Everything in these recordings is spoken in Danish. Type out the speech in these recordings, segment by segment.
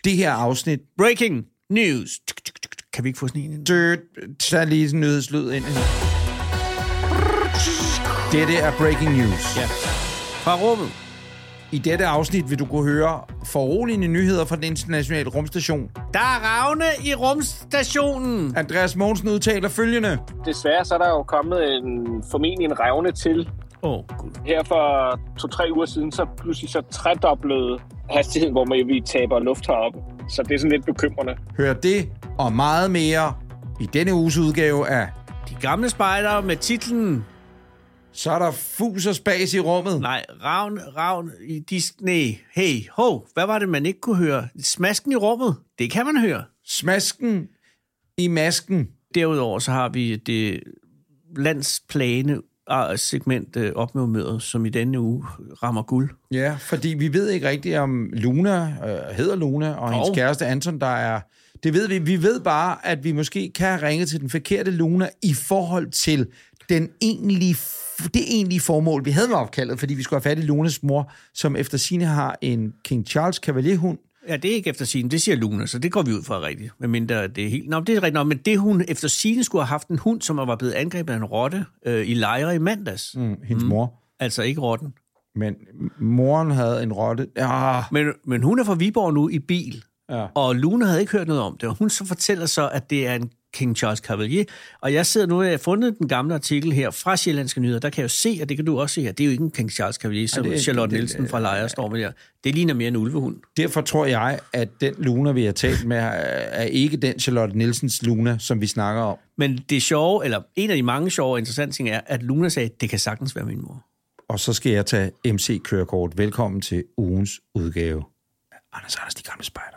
Det her afsnit... Breaking news. Kan vi ikke få sådan en? Tag lige sådan en nyhedslyd ind. Dette er breaking news. Ja. Fra rummet. I dette afsnit vil du kunne høre foruroligende nyheder fra den internationale rumstation. Der er ravne i rumstationen. Andreas Mogensen udtaler følgende. Desværre så er der jo kommet formentlig en revne til. Gud. Her for 2-3 uger siden, så pludselig så tredoblede hastigheden, hvor vi taber luft heroppe. Så det er sådan lidt bekymrende. Hør det og meget mere i denne uges udgave af De gamle spejdere med titlen... Så er der fus og spas i rummet. Nej, ravn i Disney. Hey, hvad var det, man ikke kunne høre? Smasken i rummet, det kan man høre. Smasken i masken. Derudover så har vi det landsplane segment op med humøret, som i denne uge rammer guld. Ja, fordi vi ved ikke rigtigt, om Luna hedder Luna, og hendes kæreste Anton, der er... Det ved vi. Vi ved bare, at vi måske kan ringe til den forkerte Luna i forhold til det egentlige formål, vi havde med opkaldet, fordi vi skulle have fat i Lunas mor, som efter sigende har en King Charles kavalierhund. Ja, det er ikke efter sigende, det siger Luna, så det går vi ud fra rigtigt. Medmindre det er helt... Nå, det er rigtigt nok, men det hun efter sigende skulle have haft en hund, som var blevet angrebet af en rotte i Lejre i mandags. Hendes mor. Altså ikke rotten. Men moren havde en rotte. Ja. Men hun er fra Viborg nu i bil, og Luna havde ikke hørt noget om det, og hun så fortæller så, at det er en King Charles Cavalier, og jeg sidder nu og har fundet den gamle artikel her fra Sjællandske Nyheder, der kan jeg jo se, og det kan du også se her, det er jo ikke en King Charles Cavalier, som Charlotte Nielsen fra Lejre står med der. Det ligner mere en ulvehund. Derfor tror jeg, at den Luna, vi har talt med, er ikke den Charlotte Nielsens Luna, som vi snakker om. Men det sjove, eller en af de mange sjove og interessante ting er, at Luna sagde, det kan sagtens være min mor. Og så skal jeg tage MC-kørekort. Velkommen til ugens udgave af Anders, de gamle spejdere.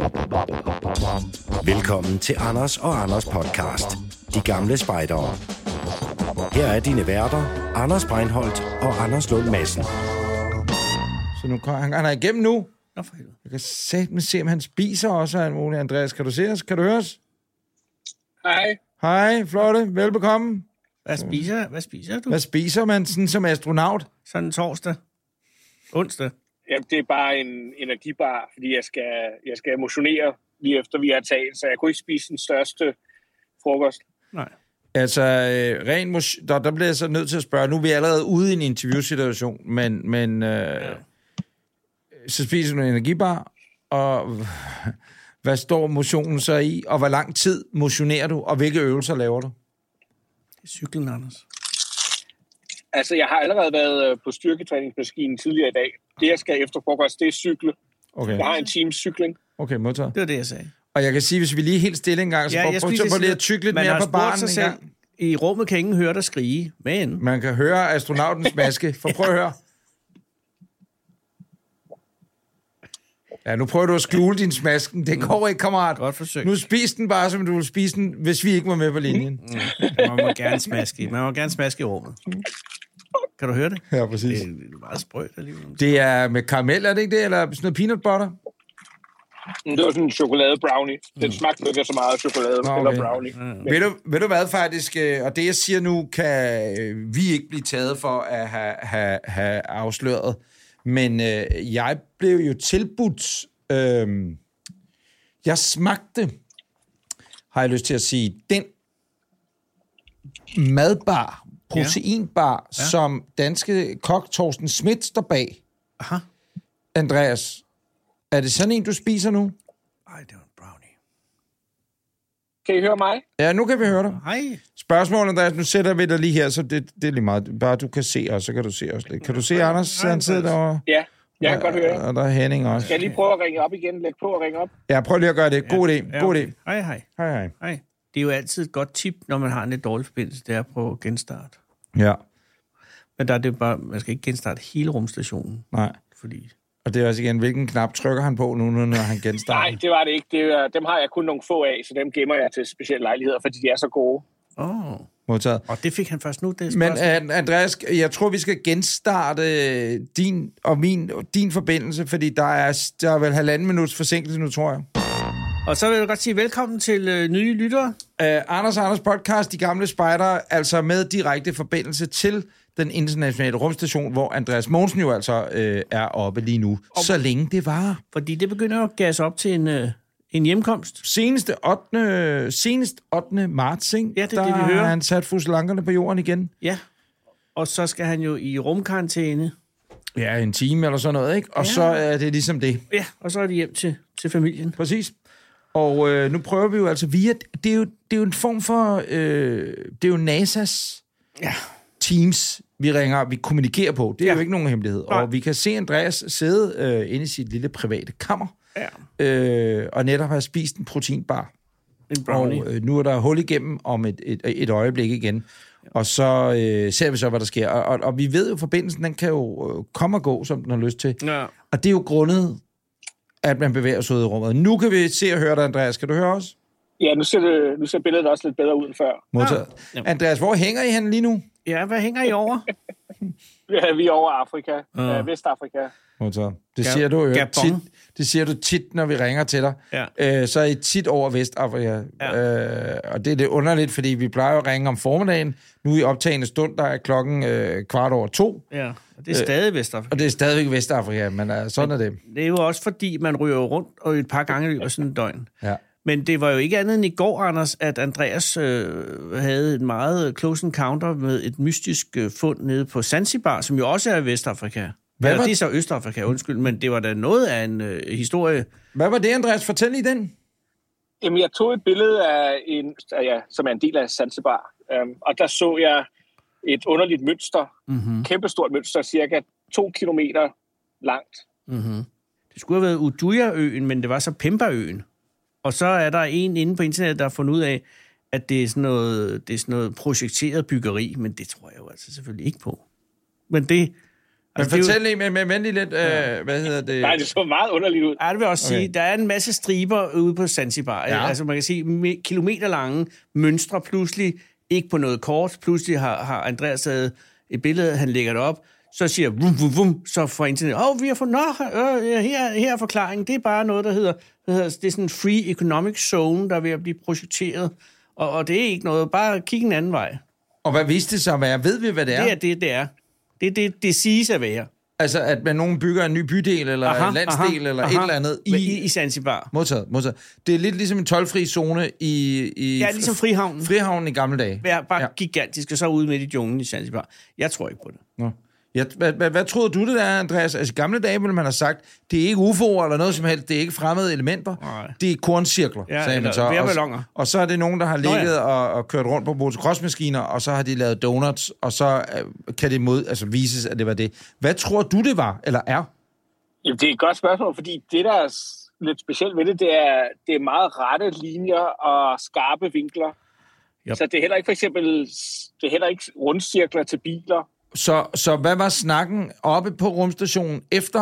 Velkommen til Anders og Anders podcast. De gamle spejdere. Her er dine værter, Anders Breinholt og Anders Lund Madsen. Så nu han er igennem nu. Nå for helvede. Jeg kan satme se, om han spiser også af en mulig. Andreas, kan du se os? Kan du høre os? Hej. Hej, flotte. Velbekomme. Hvad spiser du? Hvad spiser man sådan som astronaut? Sådan torsdag. Onsdag. Jamen, det er bare en energibar, fordi jeg skal motionere lige efter vi har talt, så jeg kunne ikke spise den største frokost. Nej. Altså, der bliver jeg så nødt til at spørge. Nu er vi allerede ude i en interviewsituation, men så spiser du en energibar, og hvad står motionen så i? Og hvor lang tid motionerer du, og hvilke øvelser laver du? Det er cyklen, Anders. Altså, jeg har allerede været på styrketræningsmaskinen tidligere i dag. Det, jeg skal efter frokost, det er cykle. Okay. Jeg har en times cykling. Okay, modtaget. Det var det, jeg sagde. Og jeg kan sige, hvis vi lige helt stille en gang, så prøv lige at tykle lidt mere på baren en gang. I rummet kan ingen høre dig skrige, men... Man kan høre astronautens maske. Prøv at høre. Ja, nu prøver du at skjule din smasken. Det går ikke, kammerat. Godt forsøg. Nu spis den bare, som du vil spise den, hvis vi ikke var med på linjen. Man må gerne smaske i rummet. Kan du høre det? Ja, præcis. Det er meget sprødt alligevel. Det er med karamel, er det ikke det? Eller sådan noget peanut butter? Det var sådan en chokolade brownie. Den smagte ikke så meget af chokolade eller brownie. Ved du hvad faktisk, og det jeg siger nu, kan vi ikke blive taget for at have afsløret. Men jeg blev jo tilbudt, jeg smagte, har jeg lyst til at sige, den madbar, proteinbar, som danske kok Torsten Schmidt står bag. Aha. Andreas, er det sådan en, du spiser nu? Ej, det var en brownie. Kan I høre mig? Ja, nu kan vi høre dig. Hej. Spørgsmålet, Andreas, nu sætter vi dig lige her, så det er lige meget. Bare du kan se os, så kan du se os lidt. Kan du se Anders, han sidder derovre? Ja, jeg kan godt høre jer. Og der er Henning også. Skal jeg lige prøve at ringe op igen? Læg på at ringe op. Ja, prøv lige at gøre det. God idé. God idé. Hej. Hej. Det er jo altid et godt tip, når man har en lidt dårlig forbindelse, det er at prøve at genstarte. Ja. Men der er det bare, man skal ikke genstarte hele rumstationen. Nej. Fordi... Og det er også igen, hvilken knap trykker han på nu, når han genstarter? Nej, det var det ikke. Dem har jeg kun nogle få af, så dem gemmer jeg til specielle lejligheder, fordi de er så gode. Modtaget. Og det fik han først nu, det Men Andreas, jeg tror, vi skal genstarte din forbindelse, fordi der er vel 1,5 minuts forsinkelse nu, tror jeg. Og så vil jeg godt sige velkommen til nye lyttere. Anders podcast, De Gamle Spejdere, altså med direkte forbindelse til den internationale rumstation, hvor Andreas Mogensen jo altså er oppe lige nu, så længe det varer. Fordi det begynder at gasse op til en hjemkomst. Senest 8. marts, ikke? Ja, det er der det, vi hører. har han sat fuselankerne på jorden igen. Ja, og så skal han jo i rumkarantæne. Ja, en time eller sådan noget, ikke? Og så er det ligesom det. Ja, og så er det hjem til familien. Præcis. Og nu prøver vi jo altså via... Det er jo en form for... det er jo NASA's Teams, vi kommunikerer på. Det er jo ikke nogen hemmelighed. Nej. Og vi kan se Andreas sidde inde i sit lille private kammer, og netop have spist en proteinbar. En brownie. Og nu er der hul igennem om et øjeblik igen. Og så ser vi så, hvad der sker. Og vi ved jo, forbindelsen den kan jo komme og gå, som den har lyst til. Ja. Og det er jo grundet, at man bevæger sig ud i rummet. Nu kan vi se og høre dig, Andreas. Kan du høre os? Ja, nu ser billedet også lidt bedre ud end før. Modtaget. Ja. Andreas, hvor hænger I henne lige nu? Ja, hvad hænger I over? Ja, vi er over Afrika. Vestafrika. Modtaget. Det siger du jo tit. Det siger du tit, når vi ringer til dig. Ja. Så er I tit over Vestafrika. Ja. Og det er lidt underligt, fordi vi plejer at ringe om formiddagen. Nu i optagende stund, der er klokken 2:15. Ja, og det er stadig Vestafrika. Og det er stadigvæk Vestafrika, men sådan er det. Det er jo også fordi, man ryger rundt og et par gange i løbet af sådan en døgn. Ja. Men det var jo ikke andet end i går, Anders, at Andreas havde en meget close encounter med et mystisk fund nede på Zanzibar, som jo også er i Vestafrika. Det er så Østafrika, undskyld, men det var da noget af en historie. Hvad var det, Andreas? Fortæl lige den. Jamen, jeg tog et billede af som er en del af Zanzibar, og der så jeg et underligt mønster, kæmpestort mønster, cirka 2 kilometer langt. Mm-hmm. Det skulle have været Uduja-øen, men det var så Pemba-øen. Og så er der en inde på internettet, der har fundet ud af, at det er sådan noget projekteret byggeri, men det tror jeg jo altså selvfølgelig ikke på. Men det... Altså, men fortæl lige med venlig lidt, hvad hedder det? Nej, det så meget underligt ud. Ja, det vil også sige, der er en masse striber ude på Zanzibar. Ja. Altså man kan sige, kilometerlange mønstre pludselig, ikke på noget kort. Pludselig har Andreas taget et billede, han lægger det op, så siger vum, vum, vum, så får internet, vi har fundet, her er forklaringen. Det er bare noget, der hedder, det er sådan en free economic zone, der er ved at blive projekteret. Og det er ikke noget, bare kig en anden vej. Og hvad viste det så at være? Ved vi, hvad det er? Det er. Det siges at være. Altså, at man nogen bygger en ny bydel, eller en landsdel, eller et eller andet i Zanzibar. Modtaget. Det er lidt ligesom en toldfri zone i ja, ligesom Frihavnen. Frihavnen i gamle dage. Ja, bare gigantisk, og så ude midt i junglen i Zanzibar. Jeg tror ikke på det. Nå. Ja, hvad troede du det der, Andreas? Altså, i gamle dage ville man have sagt, det er ikke UFO'er eller noget som helst, det er ikke fremmede elementer, det er korncirkler, sagde man så. Og så er det nogen, der har ligget og kørt rundt på motocrossmaskiner, og så har de lavet donuts, og så kan det vises, at det var det. Hvad tror du, det var, eller er? Jamen, det er et godt spørgsmål, fordi det, der er lidt specielt ved det, det er meget rette linjer og skarpe vinkler. Yep. Så det er heller ikke for eksempel, det er heller ikke rundcirkler til biler. Så hvad var snakken oppe på rumstationen, efter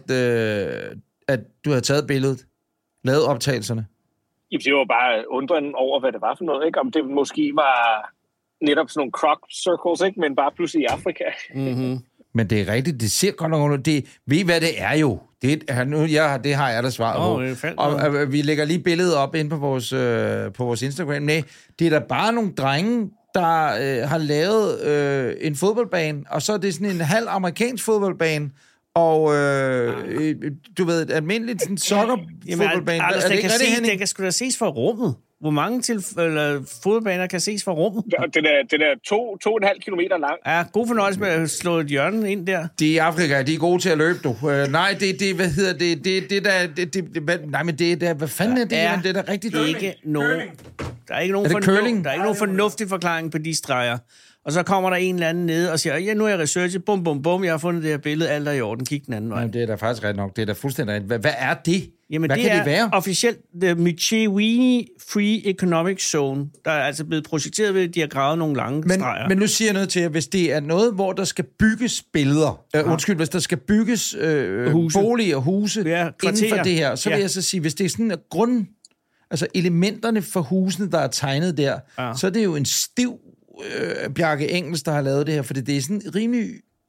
at du havde taget billedet, lavet optagelserne? Jamen, det var bare undren over, hvad det var for noget, ikke? Om det måske var netop sådan nogle croc circles, ikke? Men bare pludselig i Afrika. Mm-hmm. Men det er rigtigt, det ser godt nok det. Ved I, hvad det er jo? Det har jeg da svaret på. Og vi lægger lige billedet op ind på vores Instagram. Nej, det er da bare nogle drenge, der har lavet en fodboldbane, og så er det sådan en halv amerikansk fodboldbane, og du ved, et almindeligt sådan soccer-fodboldbane. Den kan sgu da ses fra rummet. Hvor mange fodboldbaner kan ses fra rummet? Ja, den er 2,5 kilometer lang. Ja, god fornøjelse med at slå et hjørne ind der. Det er i Afrika, de er gode til at løbe, du. Nej, hvad hedder det? Nej, men det er der, hvad fanden er det? Det er da rigtigt. Der er ikke nogen fornuftig forklaring på de streger. Og så kommer der en eller anden nede og siger, ja, nu er jeg researchet, bum, bum, bum, jeg har fundet det her billede, alt er i orden, kig den anden vej. Jamen, det er da faktisk ret nok, det er da fuldstændig rigtigt. Hvad er det? Jamen, hvad kan det være? Officielt The Michiwini Free Economic Zone, der er altså blevet projekteret ved, at de har gravet nogle lange streger. Men nu siger jeg noget til jer, hvis det er noget, hvor der skal bygges billeder, hvis der skal bygges boliger og huse inden for det her, så vil jeg så sige, hvis det er sådan altså elementerne for husene, der er tegnet der, så er det jo en stiv Bjarke Engels, der har lavet det her, for det er sådan rimelig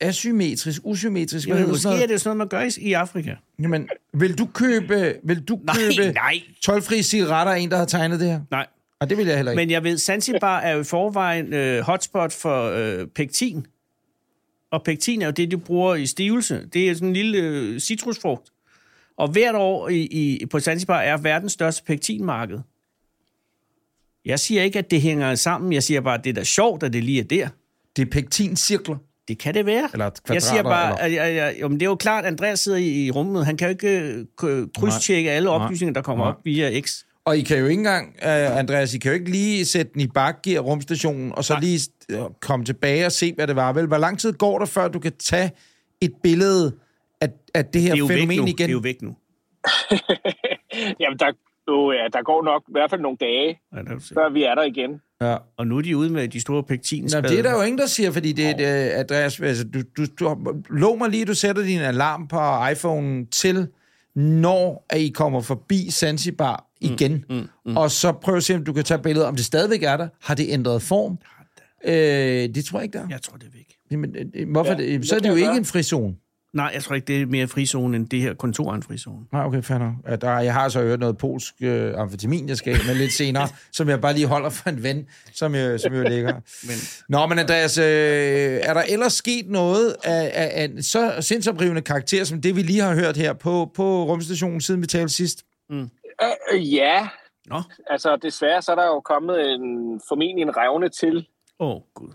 asymmetrisk, usymmetrisk. Jamen, måske er det sådan noget, man gør i Afrika. Jamen, vil du købe Nej. toldfri cigaretter af en, der har tegnet det her? Nej. Og det vil jeg heller ikke. Men jeg ved, Zanzibar er jo i forvejen hotspot for pektin. Og pektin er jo det, du bruger i stivelse. Det er sådan en lille citrusfrugt. Og hvert år på Zanzibar er verdens største pektinmarked. Jeg siger ikke, at det hænger sammen. Jeg siger bare, at det er da sjovt, at det lige er der. Det er pektincirkler. Det kan det være. Eller jeg siger bare, at det er jo klart, at Andreas sidder i rummet. Han kan jo ikke krydstjekke alle oplysninger, der kommer op via X. Og I kan jo ikke engang, Andreas, I kan jo ikke lige sætte den i bakgear rumstationen, og så lige komme tilbage og se, hvad det var. Vel, hvor lang tid går der, før du kan tage et billede af det her fænomen igen? Det er jo væk nu. Jamen, der går nok i hvert fald nogle dage, før vi er der igen. Ja. Og nu er de ude med de store pektinspade. Det er der jo ingen, der siger, fordi det er Andreas, altså, du lov mig lige, du sætter din alarm på iPhone til, når I kommer forbi Zanzibar igen. Og så prøv at se, om du kan tage billeder, om det stadigvæk er der. Har det ændret form? Det tror jeg ikke, der. Jeg tror, det er væk. Jamen, hvorfor det? Så er det jo ikke en frizone. Nej, jeg tror ikke, det er mere frizone, end det her kontor er en frizone. Nej, okay, fair nok. Jeg har så hørt noget polsk amfetamin, jeg skal med lidt senere, som jeg bare lige holder for en ven, som jo ligger. Nå, men Andreas, er der ellers sket noget af så sindsoprivende karakter, som det, vi lige har hørt her på rumstationen, siden vi talte sidst? Ja. Nå. Altså, desværre så er der jo kommet formentlig en revne til. Gud.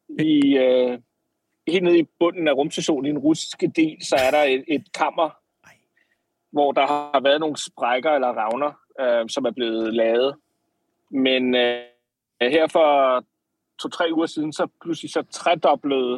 Helt nede i bunden af rumstationen i den russiske del, så er der et kammer, hvor der har været nogle sprækker eller revner, som er blevet lavet. Men her for 2-3 uger siden, så pludselig så tredoblede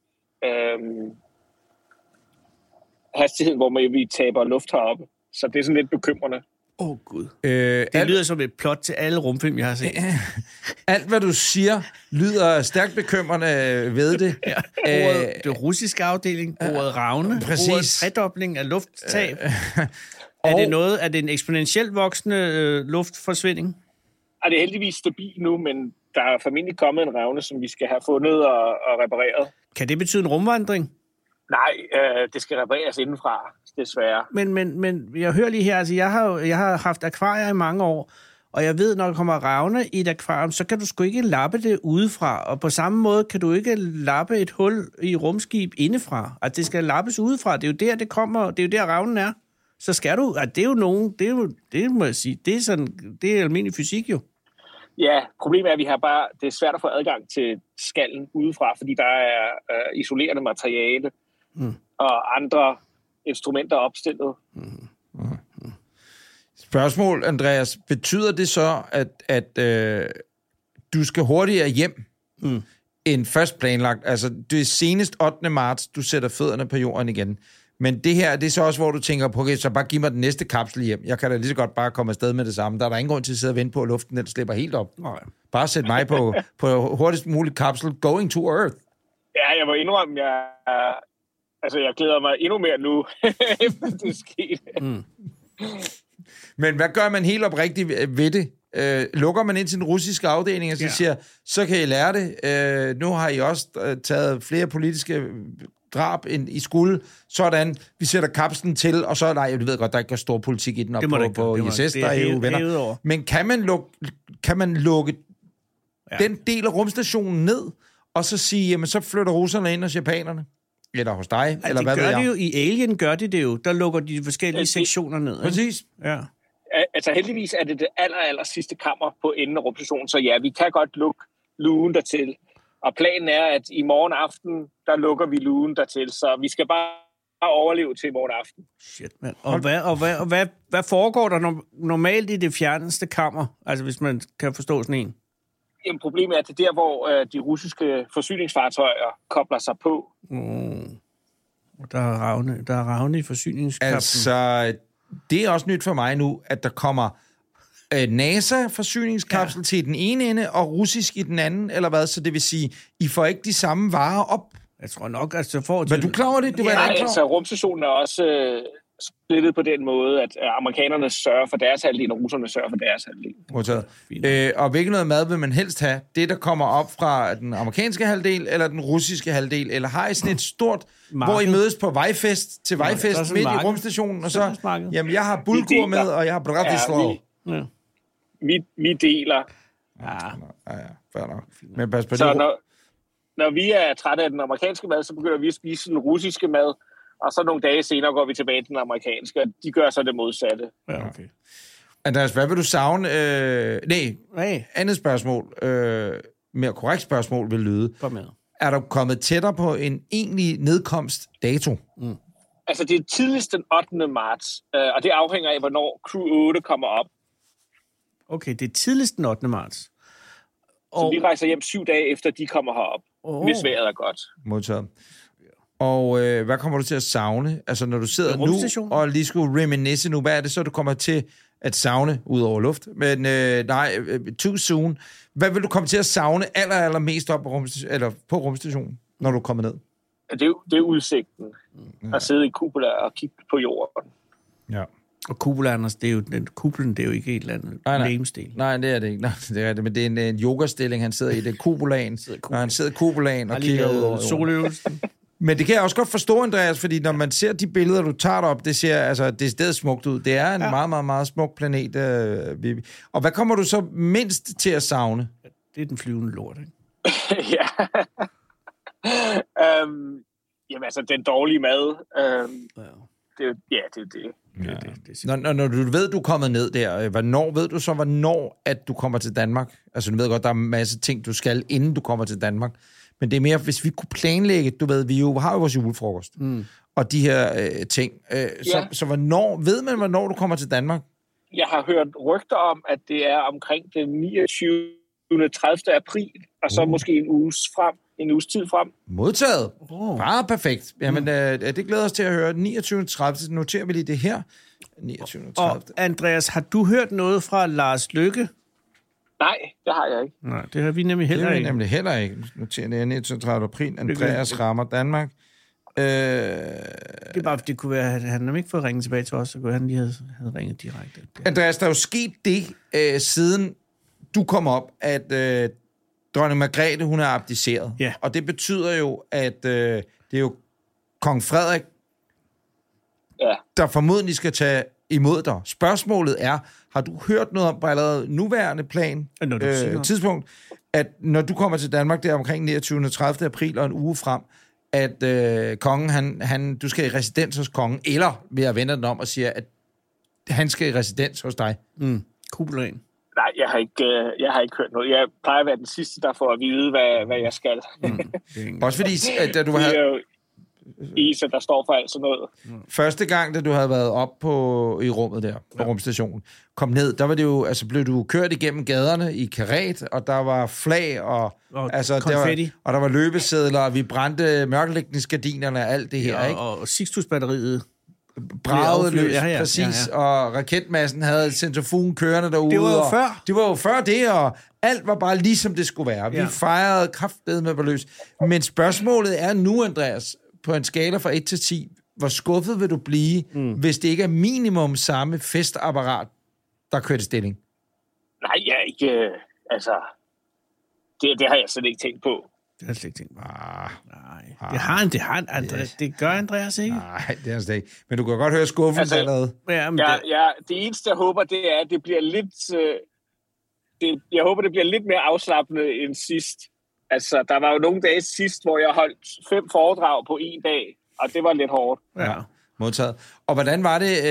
hastigheden, hvor vi taber luft heroppe. Så det er sådan lidt bekymrende. Gud. Det lyder som et plot til alle rumfilm, jeg har set. Alt, hvad du siger, lyder stærkt bekymrende ved det. Det russiske afdeling, ordet ravne, ordet tredobling af lufttab. Er det en eksponentielt voksende luftforsvinding? Det er heldigvis stabilt nu, men der er formentlig kommet en revne, som vi skal have fundet og repareret. Kan det betyde en rumvandring? Nej, det skal repareres indenfra, desværre. Men jeg hører lige her, altså jeg har haft akvarier i mange år, og jeg ved, når der kommer revne i et akvarium, så kan du sgu ikke lappe det udefra, og på samme måde kan du ikke lappe et hul i rumskib indefra. Altså det skal lappes udefra, det er jo der, det kommer, det er jo der revnen er. Så skal du, det er jo nogen, det må jeg sige, det er almindelig fysik jo. Ja, problemet er, at det er svært at få adgang til skallen udefra, fordi der er isolerende materiale og andre instrumenter opstillet. Spørgsmål, Andreas. Betyder det så, at du skal hurtigere hjem end først planlagt? Altså, det er senest 8. marts, du sætter fødderne på jorden igen. Men det her, det er så også, hvor du tænker på, okay, så bare giv mig den næste kapsel hjem. Jeg kan da lige så godt bare komme afsted med det samme. Der er der ingen grund til at sidde og vente på, at luften den slipper helt op. Nej. Bare sæt mig på hurtigst muligt kapsel, going to Earth. Ja, jeg må indrømme, jeg glæder mig endnu mere nu, efter det skete. Men hvad gør man helt oprigtigt ved det? Lukker man ind til den russiske afdeling og siger, så kan I lære det. Nu har I også taget flere politiske drab end I skulle. Sådan, vi sætter kapslen til, og så, nej, du ved godt, der ikke er stor politik i den op på ISS, der er jo venner. Men kan man lukke den del af rumstationen ned, og så sige, jamen så flytter russerne ind hos japanerne? Eller hos dig, altså, eller hvad ved jeg? Det jo, i Alien gør det jo. Der lukker de forskellige sektioner ned. Præcis. Ja. Altså heldigvis er det aller sidste kammer på enden af rumstationen, så ja, vi kan godt lukke lugen dertil. Og planen er, at i morgen aften, der lukker vi lugen dertil, så vi skal bare overleve til i morgen aften. Shit, mand. Og hvad foregår der normalt i det fjerneste kammer? Altså hvis man kan forstå sådan en? Jamen, problemet er, at det er der, hvor de russiske forsyningsfartøjer kobler sig på. Der er ravne i forsyningskapslen. Altså, det er også nyt for mig nu, at der kommer NASA-forsyningskapsel til den ene ende, og russisk i den anden, eller hvad? Så det vil sige, I får ikke de samme varer op? Jeg tror nok, at så får... Var du klar over det? Altså, rumstationen er også splittet på den måde, at amerikanerne sørger for deres halvdel, og russerne sørger for deres halvdel. Og hvilken noget mad vil man helst have? Det, der kommer op fra den amerikanske halvdel, eller den russiske halvdel? Eller har I sådan et stort, hvor I mødes på vejfest, til vejfest midt i rumstationen, og så, jamen, jeg har bulgur med, og jeg har Bratislava. Vi deler. Ja, fair nok. Men pas på så når vi er trætte af den amerikanske mad, så begynder vi at spise den russiske mad, og så nogle dage senere går vi tilbage til den amerikanske, og de gør så det modsatte. Ja, okay. Andreas, hvad vil du savne? Andet spørgsmål, mere korrekt spørgsmål vil lyde. Er du kommet tættere på en egentlig nedkomstdato? Altså, det er tidligst den 8. marts, og det afhænger af, hvornår Crew 8 kommer op. Okay, det er tidligst den 8. marts. Så vi rejser hjem 7 dage efter, de kommer herop, hvis vejret er godt. Modtaget. Og hvad kommer du til at savne? Altså, når du sidder nu og lige skulle reminisce nu, hvad er det så, du kommer til at savne ud over luft? Men too soon. Hvad vil du komme til at savne allermest op på rumstationen, når du kommer ned? Det er udsigten. At sidde i kupola og kigge på jorden. Ja. Og kupolaen, kuplen, det er jo ikke et eller andet lemstil. Nej, det er det ikke. Nej, det er det, men det er en yogastilling, han sidder i. Det er kupolaen. Når han sidder i kupolaen og kigger ud over soløvelsen. Men det kan jeg også godt forstå, Andreas, fordi når man ser de billeder, du tager op, det ser altså decideret smukt ud. Det er en meget, meget, meget smuk planet. Og hvad kommer du så mindst til at savne? Det er den flyvende lort, ikke? Ja. Jamen altså, den dårlige mad. Det er det. Når du ved, du er kommet ned der, hvornår at du kommer til Danmark? Altså, du ved godt, der er en masse ting, du skal, inden du kommer til Danmark. Men det er mere, hvis vi kunne planlægge, du ved, vi har jo vores julefrokost, og de her ting. Så hvornår du kommer til Danmark? Jeg har hørt rygter om, at det er omkring den 29. 30. april, og så måske en uges tid frem. Modtaget. Bare perfekt. Jamen, det glæder os til at høre. 29. 30. Noterer vi lige det her. 29. 30. Og Andreas, har du hørt noget fra Lars Løkke? Nej, det har jeg ikke. Nej, det har vi nemlig heller ikke. Noterer det 29. 30. april. Andreas rammer Danmark. Det er bare, det kunne være, at han ikke fået ringet tilbage til os, så kunne han lige have ringet direkte. Andreas, der er jo sket det, siden du kom op, at dronning Margrethe, hun er abdiceret. Ja. Og det betyder jo, at det er jo kong Frederik, der formodentlig skal tage imod dig. Spørgsmålet er, har du hørt noget om på allerede nuværende plan, tidspunkt, at når du kommer til Danmark, der omkring 29. 30. april og en uge frem, at kongen, du skal i residens hos kongen, eller vil jeg vende den om og siger, at han skal i residens hos dig? Kupolaen. Nej, jeg har ikke hørt noget. Jeg plejer at være den sidste, der får at vide, hvad jeg skal. Også fordi, da du havde... Det er jo Isa, der står for alt sådan noget. Første gang, da du havde været op i rummet der, på rumstationen, kom ned, der var det jo, altså blev du kørt igennem gaderne i karet, og der var flag, og konfetti. Og der var løbesedler, og vi brændte mørkelægningsgardinerne og alt det her, ikke? Og Sixtus-batteriet. Braget løs, præcis, og raketmassen havde centrifugen kørende derude. Det var jo før. Det var jo før det, og alt var bare ligesom det skulle være. Vi fejrede kraftedeme med løs. Men spørgsmålet er nu, Andreas, på en skala fra 1 til 10, hvor skuffet vil du blive, hvis det ikke er minimum samme festapparat, der kører til stilling? Nej, jeg er ikke... Det har jeg slet ikke tænkt på. Det har jeg slet ikke tænkt på. Nej. Det gør Andreas ikke. Nej, det er slet ikke. Men du kan godt høre skuffelsen allerede. Det eneste, jeg håber, det er, at det bliver lidt... jeg håber, det bliver lidt mere afslappende end sidst. Altså, der var jo nogle dage sidst, hvor jeg holdt 5 foredrag på en dag, og det var lidt hårdt. Ja, modtaget. Og hvordan var det,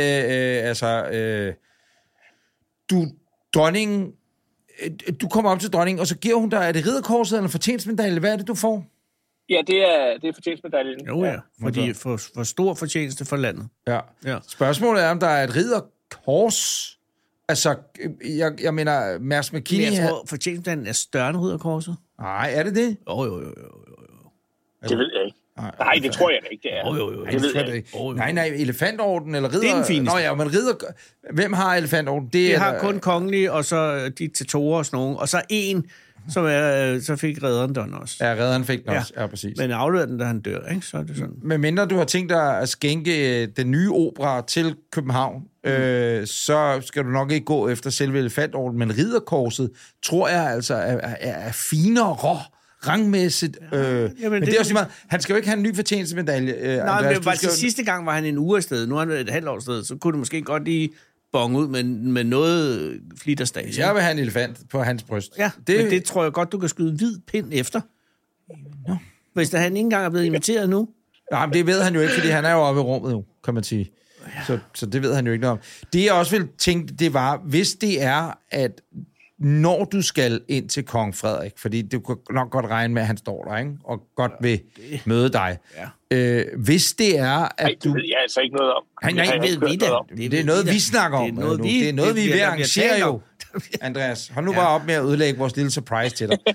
dronningen, du kommer op til dronningen, og så giver hun dig, er det ridderkorset eller fortjenstmedalje? Hvad er det, du får? Ja, det er fortjenstmedaljen. Jo, ja. Fordi for stor fortjeneste for landet. Ja. Spørgsmålet er, om der er et ridderkors. Altså, jeg mener, Mærsk McKinney... Men jeg tror, fortjenstmedaljen er større end ridderkorset. Nej, er det det? Jo. Det ved jeg ikke. Nej, det tror jeg ikke, det er. Jo. Det ved jeg ikke. Nej, elefantorden eller ridder... Det er den fineste. Nå ja, men ridder... Hvem har elefantorden? Det har kun kongelige, og så diktatorer og sådan nogle. Og så en Så fik redderen den også. Ja, redderen fik den også. Ja, præcis. Men afleverer den, da han dør, ikke? Så er det sådan. Men mindre du har tænkt dig at skænke den nye opera til København, så skal du nok ikke gå efter selve elefantordenen, men ridderkorset, tror jeg altså, er finere rangmæssigt. Men det er også meget, han skal jo ikke have en ny fortjenelsesmedalje. Nej, Andreas, men sidste gang var han en uge afsted, nu er han et halvt år afsted, så kunne det måske godt lige bonge ud med noget flitterstage. Jeg vil have en elefant på hans bryst. Ja, men det tror jeg godt, du kan skyde en hvid pind efter. No. Hvis han ikke engang er blevet inviteret nu. Nej, men det ved han jo ikke, fordi han er jo oppe i rummet jo, kan man sige. Ja. Så det ved han jo ikke noget om. Det jeg også ville tænke, det var, hvis det er, at når du skal ind til kong Frederik, fordi du kan nok godt regne med, at han står der, ikke? Og godt vil møde dig. Ja. Hvis det er, at du... Det ved jeg altså ikke noget om. Nej, det er noget, vi snakker om. Det er noget, vi er ved at arrangere jo. Andreas, hold nu bare op med at ødelægge vores lille surprise til dig.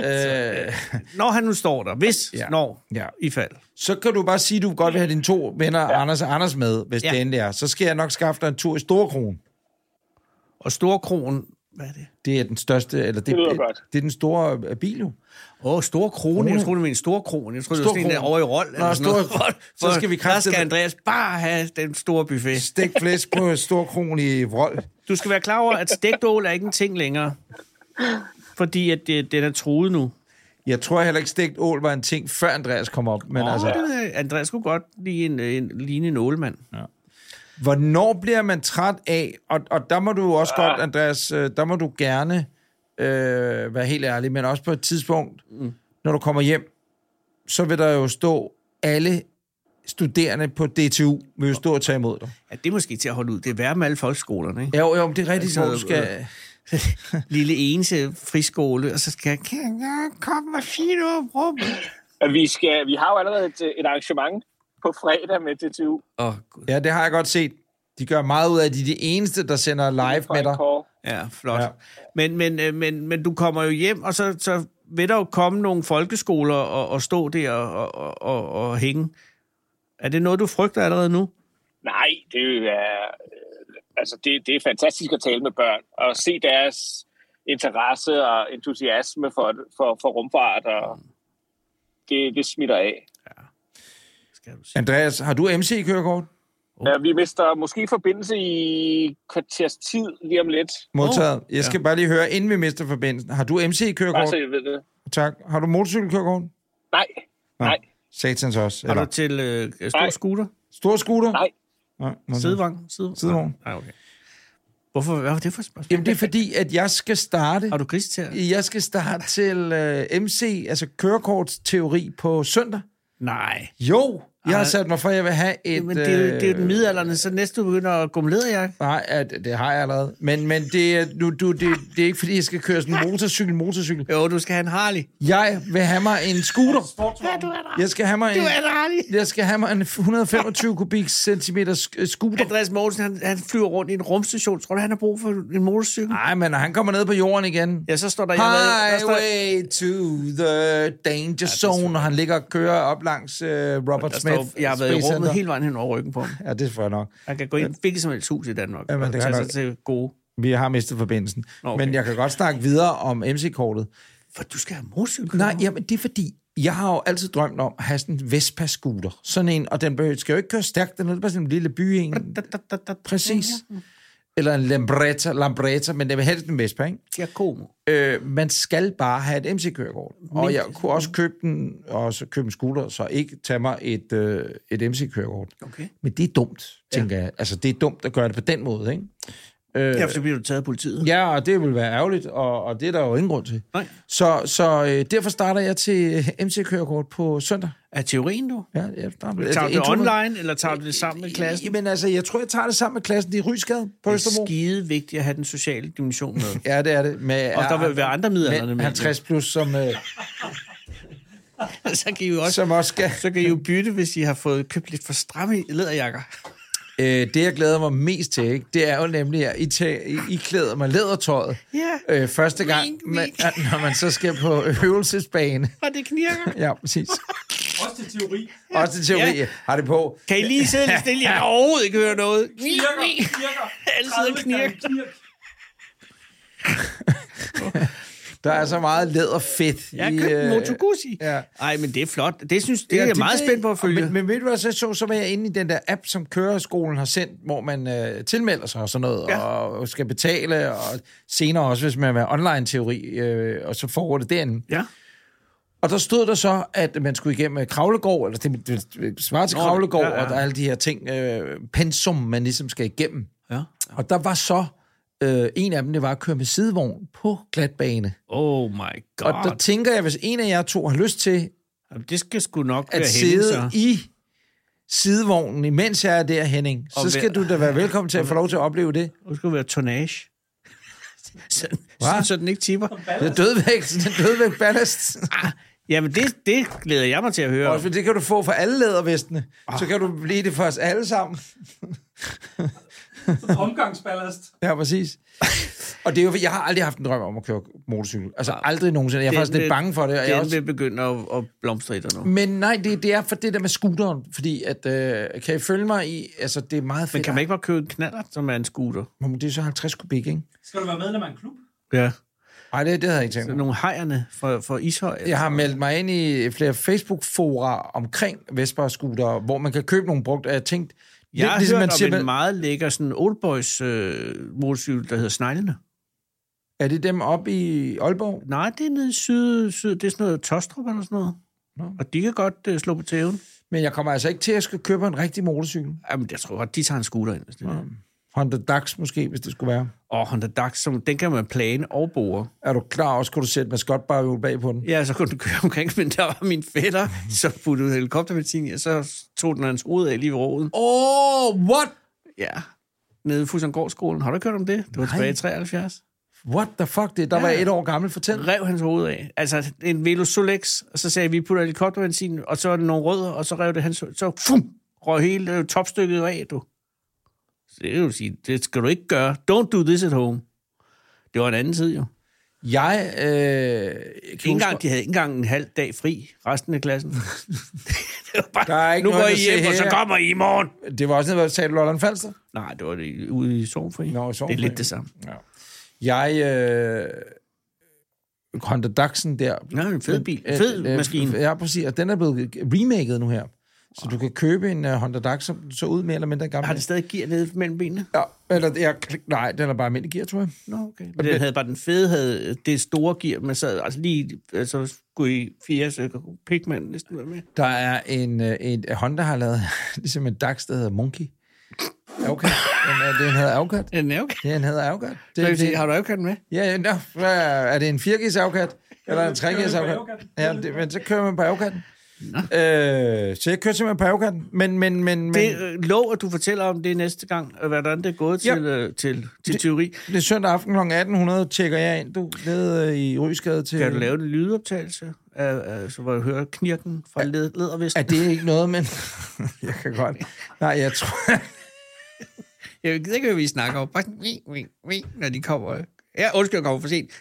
Når han nu står der, i fald. Så kan du bare sige, at du godt vil have dine 2 venner, Anders og Anders med, hvis det endelig er. Så skal jeg nok skaffe dig en tur i Storkrogen. Og Storkrogen, hvad er det? Det er den største, eller det er den store bil jo. Store krone. Jeg troede, det var en stor krone. Jeg troede, det var sådan en over i rold. Så skal vi der skal Andreas bare have den store buffet. Stegt flæsk på stor krone i rold. Du skal være klar over, at stegt ål er ikke en ting længere. Fordi at den er truet nu. Jeg tror heller ikke, stegt ål var en ting, før Andreas kom op. Men Andreas kunne godt ligne en ålmand. Ja. Hvornår bliver man træt af, og der må du også godt, Andreas, der må du gerne være helt ærlig, men også på et tidspunkt, når du kommer hjem, så vil der jo stå alle studerende på DTU, vil jo stå og tage imod dig. Ja, det er måske til at holde ud. Det er værre med alle folkeskolerne, ikke? Jo, det er rigtigt, hvor du skal... lille eneste friskole, og så skal jeg komme med fint over rummet. Vi har jo allerede et arrangement på fredag med DTU. Ja, det har jeg godt set. De gør meget ud af, de er de eneste, der sender live med dig. Ja, flot. Ja. Men du kommer jo hjem, og så vil der jo komme nogle folkeskoler og stå der og hænge. Er det noget, du frygter allerede nu? Nej, det er fantastisk at tale med børn og se deres interesse og entusiasme for rumfart, og det smitter af. Ja. Andreas, har du MC-kørekort? Ja, vi mister måske forbindelse i kvarters tid lige om lidt. Modtaget. Jeg skal bare lige høre, inden vi mister forbindelsen. Har du MC-kørekort? Altså, jeg ved det. Tak. Har du motorcykelkørekort? Nej. Satans også. Har du til stor scooter? Stor scooter? Nej. Sidevogn? Nej, okay. Hvad var det for et spørgsmål? Jamen, det er fordi, at jeg skal starte... Har du grisetær? Jeg skal starte til MC, altså kørekortsteori på søndag. Nej. Jo, jeg har sat mig for, at jeg vil have et... Men det er jo den midaldrende, så næste du begynder at gå med læderjakke. Nej, det har jeg allerede. Men det er ikke, fordi jeg skal køre sådan en motorcykel. Jo, du skal have en Harley. Jeg vil have mig en scooter. Ja, du er der. Jeg skal have mig en Harley. Jeg skal have mig en 125 kubikcentimeter scooter. Andreas Mogensen, han flyver rundt i en rumstation. Tror du, han har brug for en motorcykel? Nej, men når han kommer ned på jorden igen... Ja, så står der... Highway to the danger zone, og han ligger og kører op langs Robert Smith. Jeg har været i rummet hele vejen hen over ryggen på ham. Ja, det får jeg nok. Han kan gå ind i hvilket som helst hus i Danmark. Ja, men det kan til gode. Vi har mistet forbindelsen. Okay. Men jeg kan godt snakke videre om MC-kortet. For du skal have motorcykel? Nej, jamen, det er fordi, jeg har jo altid drømt om at have sådan en Vespa-scooter. Sådan en, og den skal jo ikke køre stærkt, den er bare sådan en lille by en. Præcis. Eller en Lambretta, men det vil helst en Vespa, ikke? Giacomo. Man skal bare have et MC-kørekort. Og jeg kunne også købe en scooter, så ikke tage mig et MC-kørekort. Okay. Men det er dumt, tænker jeg. Altså, det er dumt at gøre det på den måde, ikke? Ja, for så bliver du taget af politiet. Ja, og det vil være ærgerligt, og det er der jo ingen grund til. Nej. Så derfor starter jeg til MC-kørekort på søndag. Er teorien, du? Ja, tager du det online, eller tager du det sammen med klassen? Jamen altså, jeg tror, jeg tager det sammen med klassen. Det er Rysgade på Østerbro. Det er skide vigtigt at have den sociale dimension med. Ja, det er det. Og der vil være andre midlerne med. 50 plus, som... så kan I jo bytte, hvis I har fået købt lidt for stramme læderjakker. Det, jeg glæder mig mest til, ikke, det er jo nemlig, at I klæder mig lædertøjet første gang, når man så skal på øvelsesbane. Og det knirker. Ja, præcis. Også til teori. Også til teori, ja. Har det på. Kan I lige sidde lidt stille? Jeg har overhovedet ikke hørt noget. Knirker. Altid knirker. Der er så meget læderfedt. Jeg købte en Moto Guzzi. Ja. Ej, men det er flot. Det er jeg meget spændt på at følge. Men ved du hvad, så var jeg inde i den der app, som køreskolen har sendt, hvor man tilmelder sig og sådan noget, og skal betale, og senere også, hvis man vil online-teori, og så får det derinde. Ja. Og der stod der så, at man skulle igennem Kravlegård, eller det svarer til Kravlegård, og der er alle de her ting, pensum, man ligesom skal igennem. Ja. Og der var så en af dem, det var at køre med sidevogn på glatbane. Oh my god. Og der tænker jeg, hvis en af jer to har lyst til det skal sgu nok at sidde i sidevognen, imens jeg er der, Henning, så skal du da være velkommen til at få lov til at opleve det. Det skal være tonnage. Så den ikke tipper. Det er dødvægt ballast. Jamen, det glæder jeg mig til at høre. Også, det kan du få for alle lædervestene. Så kan du blive det for os alle sammen. Omgangsballast. Ja, præcis. Og det er jo, jeg har aldrig haft en drøm om at køre motorcykel. Altså aldrig nogensinde. Jeg er faktisk lidt bange for det. Og jeg vil begynde at blomstre i dig nu. Men nej, det er for det der med scooteren. Fordi at, kan I følge mig i, altså det er meget fedt. Men kan man ikke bare købe en knallert, som er en scooter? Men det er så 50 kubik, ikke? Skal du være medlem af en klub? Ja. Nej, det havde jeg ikke tænkt mig. Så nogle hejerne for Ishøj? Jeg har meldt mig ind i flere Facebook-fora omkring Vespa-scooter, hvor man kan købe nogle brugt, og jeg tænkte... Jeg har hørt om en meget lækker sådan oldboys motorcykel, der hedder Sneglene. Er det dem oppe i Aalborg? Nej, det er nede i syd. Det er sådan noget Tostrup eller sådan noget. Nå. Og de kan godt slå på tæven. Men jeg kommer altså ikke til at skal købe en rigtig motorcykel. Jamen, jeg tror godt, de tager en scooter ind. Hvis det Honda Dax måske, hvis det skulle være. Honda Dax, den kan man plane og bore. Er du klar også, kunne du sætte maskotbarhjul bag på den? Ja, så kunne du køre omkring, men der var min fætter, så puttede helikopterbenzin i, og så tog den hans hoved af lige ved roden. What? Ja, nede i Fuglsangårdsskolen. Har du kørt om det? Det var tilbage i 73. What the fuck? Der var jeg 1 år gammel. Fortæl. Rev hans hoved af. Altså, en Velo Solex, og så sagde vi putter helikopterbenzin, og så var det nogle rødder, og så rev det hans, så røg hele topstykket af, du. Så det vil sige, det skal du ikke gøre. Don't do this at home. Det var en anden tid, jo. De havde ikke engang en halv dag fri, resten af klassen. Det var bare, der er ikke nu går I hjem, og så kommer I morgen. Det var også noget, hvad du sagde, Lolland Falster? Nej, det var det ude i Sorgenfri. Det er lidt det samme. Ja. Honda Dax'en der. Ja, en fed bil. Fed maskine. Ja, præcis. Og den er blevet remaket nu her. Så du kan købe en Honda Dax, som så ud mere eller mindre gammel. Har det stadig gear nede mellem benene? Ja, nej, den er bare almindelig gear, tror jeg. Nå, okay. Men den havde bare den fede, havde det store gear, man sad altså lige, altså skulle i 4, så Pigman næsten være med. Der er en Honda har lavet, ligesom en Dax, der hedder Monkey. Okay. Den hedder Avcat. Den er okay. Ja, den hedder Avcat. Har du Avcat med? Ja, er det en 4G's Avcat? Eller en 3G's Avcat? Ja, men så kører man på Avcatten. Så jeg kører simpelthen på Avcatten, men... Det lov, at du fortæller om det næste gang, hvordan det er gået til teori. Det er søndag aften kl. 1800, tjekker jeg ind, du, nede i Rysgade til... Kan du lave en lydoptagelse, så hvor du hører knirken fra lædervesten? Er det ikke noget, men... Jeg kan godt... Nej, jeg tror... Jeg ved ikke, hvad vi snakker om. Bare når de kommer... Ja, undskyld, jeg kommer for sent.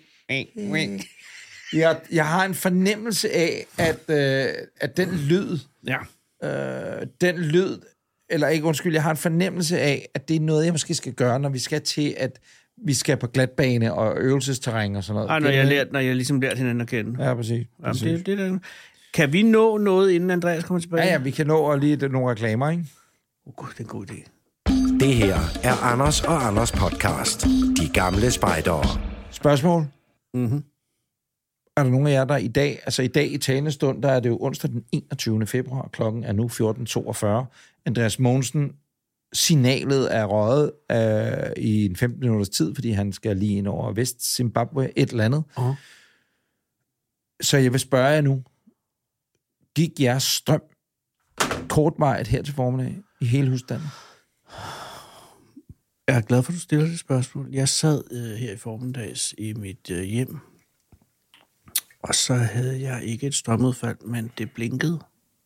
Jeg har en fornemmelse af, at den lyd... Ja. Den lyd... Eller ikke, undskyld, jeg har en fornemmelse af, at det er noget, jeg måske skal gøre, når vi skal til, at vi skal på glatbane og øvelsesterræn og sådan noget. Når jeg ligesom lært hinanden at kende. Ja, præcis. Det. Kan vi nå noget, inden Andreas kommer tilbage? Ja, vi kan nå lige nogle reklamer, ikke? Gud, det er en god idé. Det her er Anders og Anders podcast. De gamle spejdere. Spørgsmål? Mhm. Er der nogen af jer, der i dag, altså i dag i talende stund, der er det jo onsdag den 21. februar, klokken er nu 14.42. Andreas Mogensen, signalet er røget i en 15 minutters tid, fordi han skal lige ind over Vest-Zimbabwe, et eller andet. Så jeg vil spørge jer nu, gik jeres strøm kortvarigt her til formiddag i hele husstanden? Jeg er glad for, at du stiller det spørgsmål. Jeg sad her i formiddags i mit hjem, og så havde jeg ikke et strømudfald, men det blinkede.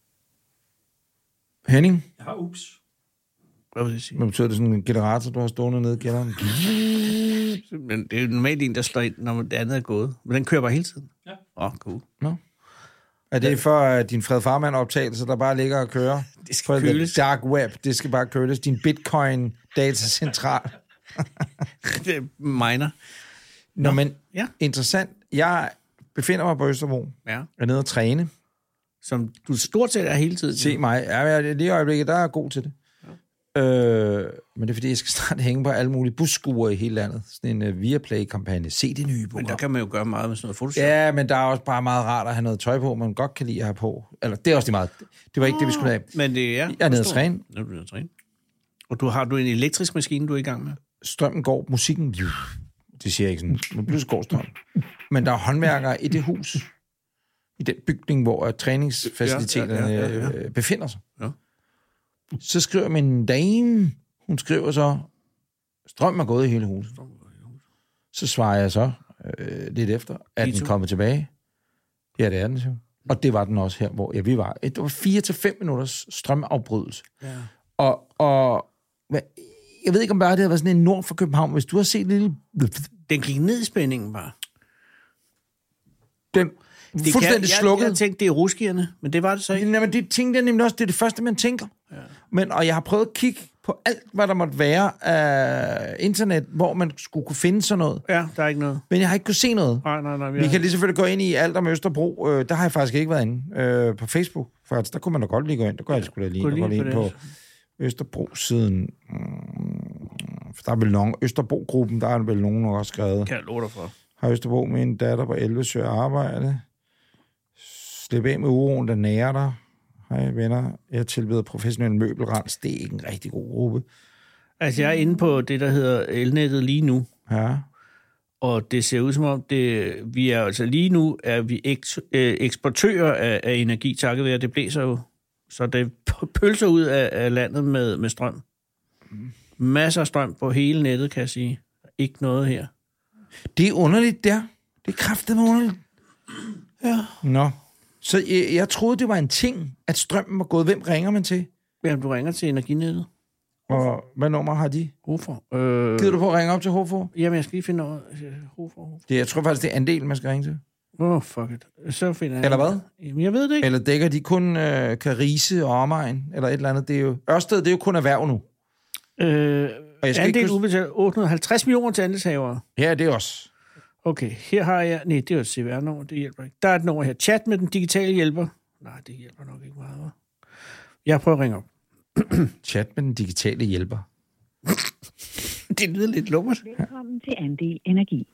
Henning? Jeg har ups. Hvad vil det sige? Men betyder det sådan en generator, du har stående nede i kælderen? Men det er jo normalt en, der slår ind, når det andet er gået. Men den kører bare hele tiden? Ja. Cool. Nå. Er det for din Fred Farman-optagelse, der bare ligger og kører? Det skal køles. Dark web, det skal bare køles. Din Bitcoin-datacentral. Det miner. Nå, men interessant. Jeg befinder mig på Østerbro. Ja. Jeg er nede og træne. Som du stort set er hele tiden. Se mig. Ja, lige i øjeblikket, der er jeg god til det. Ja. Men det er, fordi jeg skal snart hænge på alle mulige busskuer i hele landet. Sådan en Viaplay-kampagne. Se det nye program. Men der kan man jo gøre meget med sådan noget Photoshop. Ja, men der er også bare meget rart at have noget tøj på, man godt kan lide at have på. Eller, det er også det meget. Det var ikke det, vi skulle have. Men det er... Jeg er nede og træne. Og har du en elektrisk maskine, du er i gang med? Strømmen går, musikken... Det siger jeg ikke sådan. Men pludselig går strøm. Men der er håndværkere i det hus. I den bygning, hvor træningsfaciliteterne befinder sig. Ja. Så skriver min dame, hun skriver så, strømmen er gået i hele huset. Så svarer jeg så lidt efter, at den kommer tilbage. Ja, det er den så. Og det var den også her, hvor vi var. Det var 4 til 5 minutters strømafbrydelse. Ja. Og jeg ved ikke, om bare det havde været sådan en nord for København. Hvis du har set lille... Den gik ned i spændingen bare. Den fuldstændig slukket. Jeg tænkte, det er ruskierne, men det var det så ikke. Nej, men det tænkte jeg nemlig også. Det er det første, man tænker. Ja. Og jeg har prøvet at kigge på alt, hvad der måtte være af internet, hvor man skulle kunne finde sådan noget. Ja, der er ikke noget. Men jeg har ikke kunne se noget. Nej. Vi kan lige selvfølgelig gå ind i alt om Østerbro. Der har jeg faktisk ikke været inde. På Facebook, faktisk. Der kunne man da godt lige gå ind. Der går jeg sgu da lige ind på Østerbro-siden. For der er vel nogen... Østerbro-gruppen, der er vel nogen, der også skrevet. Kan jeg love dig for. Har Østerbro med en datter på 11 søger arbejde. Slip af med uroen, der nærer dig. Hej venner, jeg tilbyder professionel møbelrens. Det er ikke en rigtig god gruppe. Altså, jeg er inde på det, der hedder elnettet lige nu. Ja. Og det ser ud som om, vi er altså lige nu, er vi eksportører af energi, takket være, det blæser jo. Så det pølser ud af landet med strøm. Masser af strøm på hele nettet, kan jeg sige. Ikke noget her. Det er underligt der. Det er kraftedeme underligt. Ja. Nå. Så jeg troede, det var en ting, at strømmen var gået. Hvem ringer man til? Jamen, du ringer til Energinettet. Og hvad nummer har de? Hofor. Gider du på at ringe op til Hofor? Jamen, jeg skal lige finde noget. Hofor. Jeg tror faktisk, det er andel, man skal ringe til. Fuck it. Så finder jeg... Eller hvad? Jamen, jeg ved det ikke. Eller dækker de kun Karise og omegn? Eller et eller andet? Det er jo... Ørsted, det er jo kun erhverv nu. Andel udbetalt 850 millioner til andelshavere. Ja, det er også. Okay, her har jeg... Nej, det er jo et CVR-nummer, det hjælper ikke. Der er et nummer her. Chat med den digitale hjælper. Nej, det hjælper nok ikke meget. Jeg prøver at ringe op. Chat med den digitale hjælper. Det lyder lidt lummert. Velkommen til Andel Energi.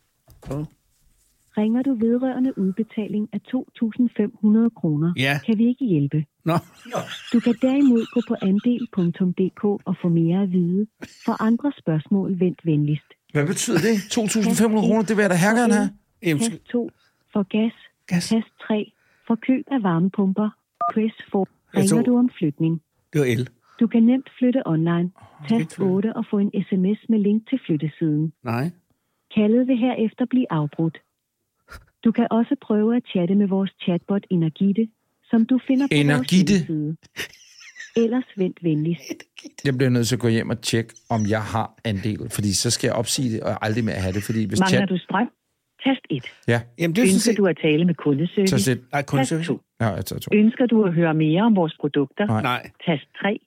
Ringer du vedrørende udbetaling af 2.500 kroner, kan vi ikke hjælpe. Nå. Du kan derimod gå på andel.dk og få mere at vide. For andre spørgsmål, vent venligst. Hvad betyder det? 2.500 kroner, det vil jeg da herregerne have. Tast 2 for gas. Tast 3 for køb af varmepumper. Press 4. Ringer du om flytning. Det var el. Du kan nemt flytte online. Tast 8 og få en sms med link til flyttesiden. Nej. Kaldet vil herefter blive afbrudt. Du kan også prøve at chatte med vores chatbot Energite, som du finder på vores side. Ellers vent venligst. Jeg bliver nødt til at gå hjem og tjekke, om jeg har andel, fordi så skal jeg opsige det, og aldrig mere have det. Fordi hvis mangler du strøm? Tast 1. Ja. Jamen, ønsker du at tale med kundeservice? Tast 2. Ja, jeg tager 2. Ønsker du at høre mere om vores produkter? Nej. Tast 3.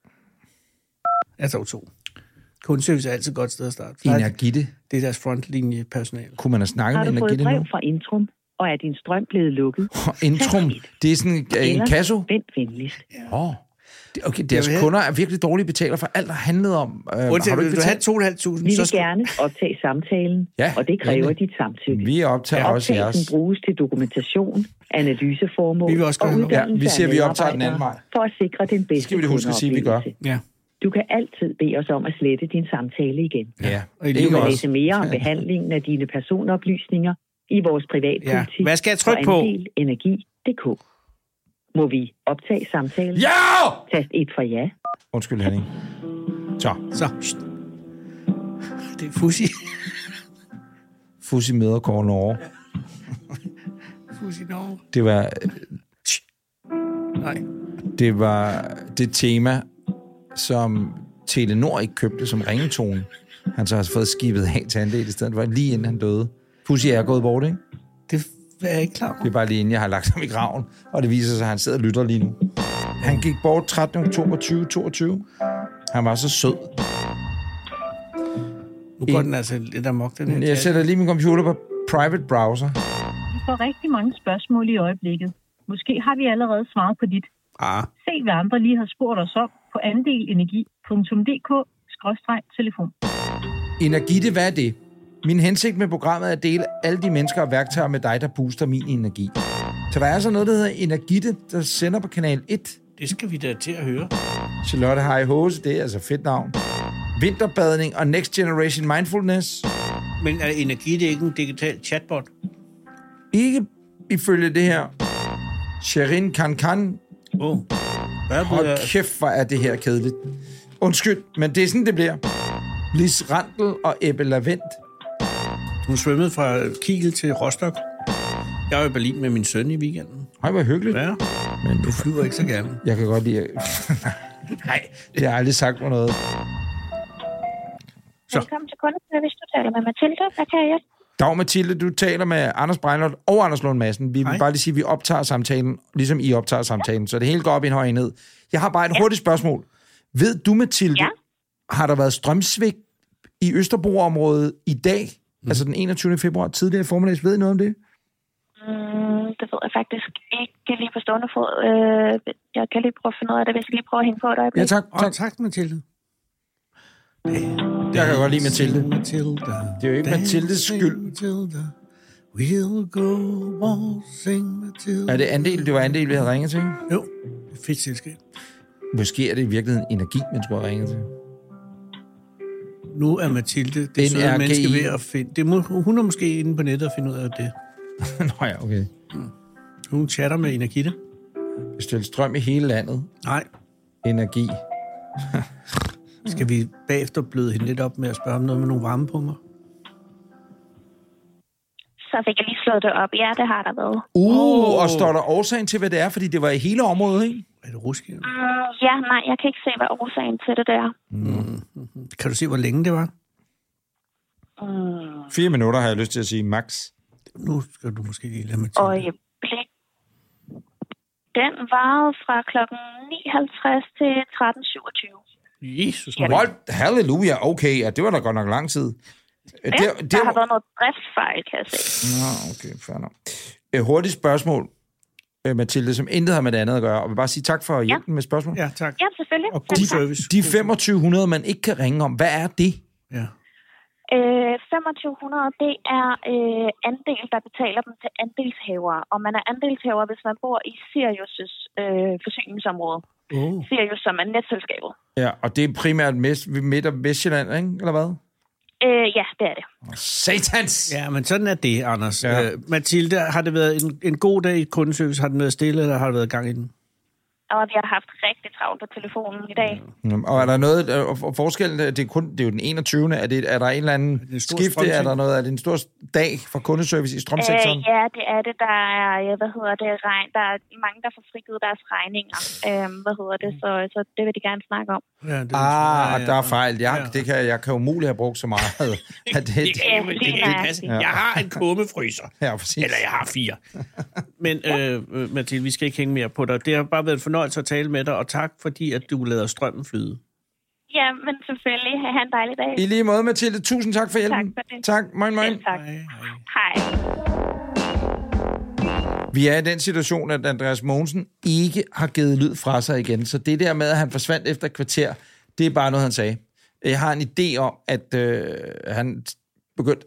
Jeg tager 2. Kundeservice er altid et godt sted at starte. Energite. Det er deres frontlinjepersonale. Kunne man have snakket med Energite nu? Har du fået brev fra Intrum, og er din strøm blevet lukket? Intrum, det er sådan en kasso? Vent venligst. Okay, deres kunder er virkelig dårlige betaler for alt, der handlede om... Har du ikke betalt 2.500? Vi vil gerne optage samtalen, og det kræver dit samtykke. Vi optager også jeres. Optagelsen bruges til dokumentation, analyseformål og uddannelse vi optager den anden vej. For at sikre den bedste skal vi huske at sige, vi gør. Ja. Du kan altid bede os om at slette din samtale igen. Ja, du kan læse mere om behandlingen af dine personoplysninger i vores privatpolitik. Hvad skal jeg trykke på? Energi.dk. Må vi optage samtalen? Ja! Tast 1 for ja. Undskyld, Henning. Så. Det er Fussi. Fussi møder Kåre Norge. Fussi Norge. Det var... Nej. Det var det tema, som Telenor ikke købte som ringetone. Han så har fået skibet af til andel i stedet. Det var lige inden han døde. Fussi er gået bort, ikke? Det er jeg ikke klar. Det er bare lige inden jeg har lagt ham i graven. Og det viser sig, at han sidder og lytter lige nu. Han gik bort 13. oktober 2022. Han var så sød. Nu går den altså lidt amok, den her. Jeg sætter lige min computer på private browser. Vi får rigtig mange spørgsmål i øjeblikket. Måske har vi allerede svaret på dit. Se, hvad andre lige har spurgt os om på andelenergi.dk/telefon. Energite, hvad er det? Min hensigt med programmet er at dele alle de mennesker og værktøjer med dig, der booster min energi. Så der er altså noget, der hedder Energite, der sender på kanal 1. Det skal vi da til at høre. Charlotte Harry Hose, det er altså fedt navn. Vinterbadning og Next Generation Mindfulness. Men er Energite ikke en digital chatbot? Ikke ifølge det her. Sherin Kankan. Hold kæft, hvor er det her kedeligt. Undskyld, men det er sådan, det bliver. Lis Randl og Ebbe Lavendt. Hun svømmede fra Kiel til Rostock. Jeg var i Berlin med min søn i weekenden. Hej, hvor hyggeligt. Ja, men du flyver ikke så gerne. Jeg kan godt lide... Nej, det har jeg aldrig sagt mig noget. Velkommen til kundeservice. Du taler med Mathilde. Hvad kan jeg hjælpe? Dag Mathilde, du taler med Anders Breinholt og Anders Lund Madsen. Vi vil bare lige sige, at vi optager samtalen, ligesom I optager samtalen. Så det hele går op i en høj ned. Jeg har bare et hurtigt spørgsmål. Ved du, Mathilde, har der været strømsvigt i Østerbro-området i dag? Altså den 21. februar, tidligere formiddags. Ved I noget om det? Det ved jeg faktisk ikke lige på stående fod. Jeg kan lige prøve at finde ud af det, hvis jeg lige prøver at hænge på et øjeblik. Ja, tak. Tak, Mathilde. Jeg kan godt lide Mathilde. Matilda. Det er jo ikke Mathildes skyld. Matilda. We'll go waltzing, Matilda. Er det andel? Det var andel, vi havde ringet til? Jo, det er fedt selskab. Måske er det i virkeligheden energi, man skulle have ringet til. Nu er Mathilde det søde menneske ved at finde... hun er måske inde på nettet og finde ud af det. Nå ja, okay. Hun chatter med Energite. Bestil strøm i hele landet. Nej. Energi. Skal vi bagefter bløde hende lidt op med at spørge om noget med nogle varmepumper? Så fik jeg lige slået det op. Ja, det har der været. Og står der årsagen til, hvad det er? Fordi det var i hele området, ikke? Er det rusk? Ja, nej, jeg kan ikke se, hvad årsagen til det er. Kan du se, hvor længe det var? 4 minutter har jeg lyst til at sige max. Nu skal du måske lige lade mig til. Øjeblik. Den varede fra klokken 9.50 til 13.27. Jesus. Halleluja, okay. Ja, det var da godt nok lang tid. Der har været noget driftsfejl, kan jeg se. Nå, okay, fair nok. Hurtigt spørgsmål, Mathilde, som intet har med det andet at gøre. Og vil bare sige tak for hjælpen med spørgsmål. Ja, tak. Ja, selvfølgelig. Og god service. De 2500, man ikke kan ringe om, hvad er det? Ja. 2500, det er andel, der betaler dem til andelshavere. Og man er andelshaver, hvis man bor i Sirius' forsyningsområde. Sirius, som er netselskabet. Ja, og det er primært midt- og Vestjylland, ikke? Eller hvad? Ja, det er det. Satans! Ja, men sådan er det, Anders. Ja. Mathilde, har det været en god dag i kundeservice? Har den været stille, eller har det været gang i den? Og vi har haft rigtig travlt på telefonen i dag. Og er der noget forskel? Det er jo den 21. Er der en eller anden skifte? Er der noget? Er det en stor dag for kundeservice i strømsektoren? Ja, det er det. Der er, der er mange, der får frigivet deres regninger. Så det vil de gerne snakke om. Ja, der er fejl. Jeg kan umuligt have brugt så meget. det kan passe. Jeg har en kummefryser. Ja, præcis. Eller jeg har 4. Men Mathilde, vi skal ikke hænge mere på dig. Det har bare været en fornøjelse at tale med dig, og tak fordi, at du lader strømmen flyde. Ja, men selvfølgelig. Ha' en dejlig dag. I lige måde, Mathilde. Tusind tak for hjælpen. Tak for det. Tak. Moin. Tak. Hej. Vi er i den situation, at Andreas Mogensen ikke har givet lyd fra sig igen. Så det der med, at han forsvandt efter et kvarter, det er bare noget, han sagde. Jeg har en idé om, at han begyndte...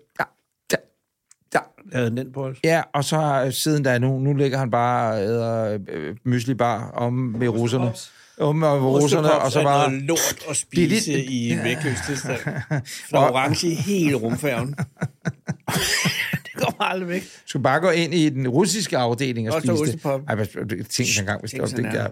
Den på os. Ja, og så siden da nu ligger han bare og æder mysli bar om med russerne. Og så bare... noget lort at spise i vægtløs tilstand. Fra orange i hele rumfærgen. Det går aldrig væk. Du skal bare gå ind i den russiske afdeling og spise det. Tænk en gang, hvis det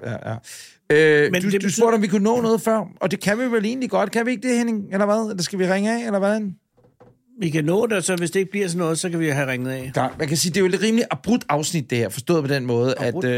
du spurgte, om vi kunne nå noget før, og det kan vi vel egentlig godt. Kan vi ikke det, Henning? Eller hvad? Eller skal vi ringe af, eller hvad? Vi kan nå det, så hvis det ikke bliver sådan noget, så kan vi have ringet af. Man kan sige, det er jo et rimelig abrupt afsnit, det her. Forstået på den måde,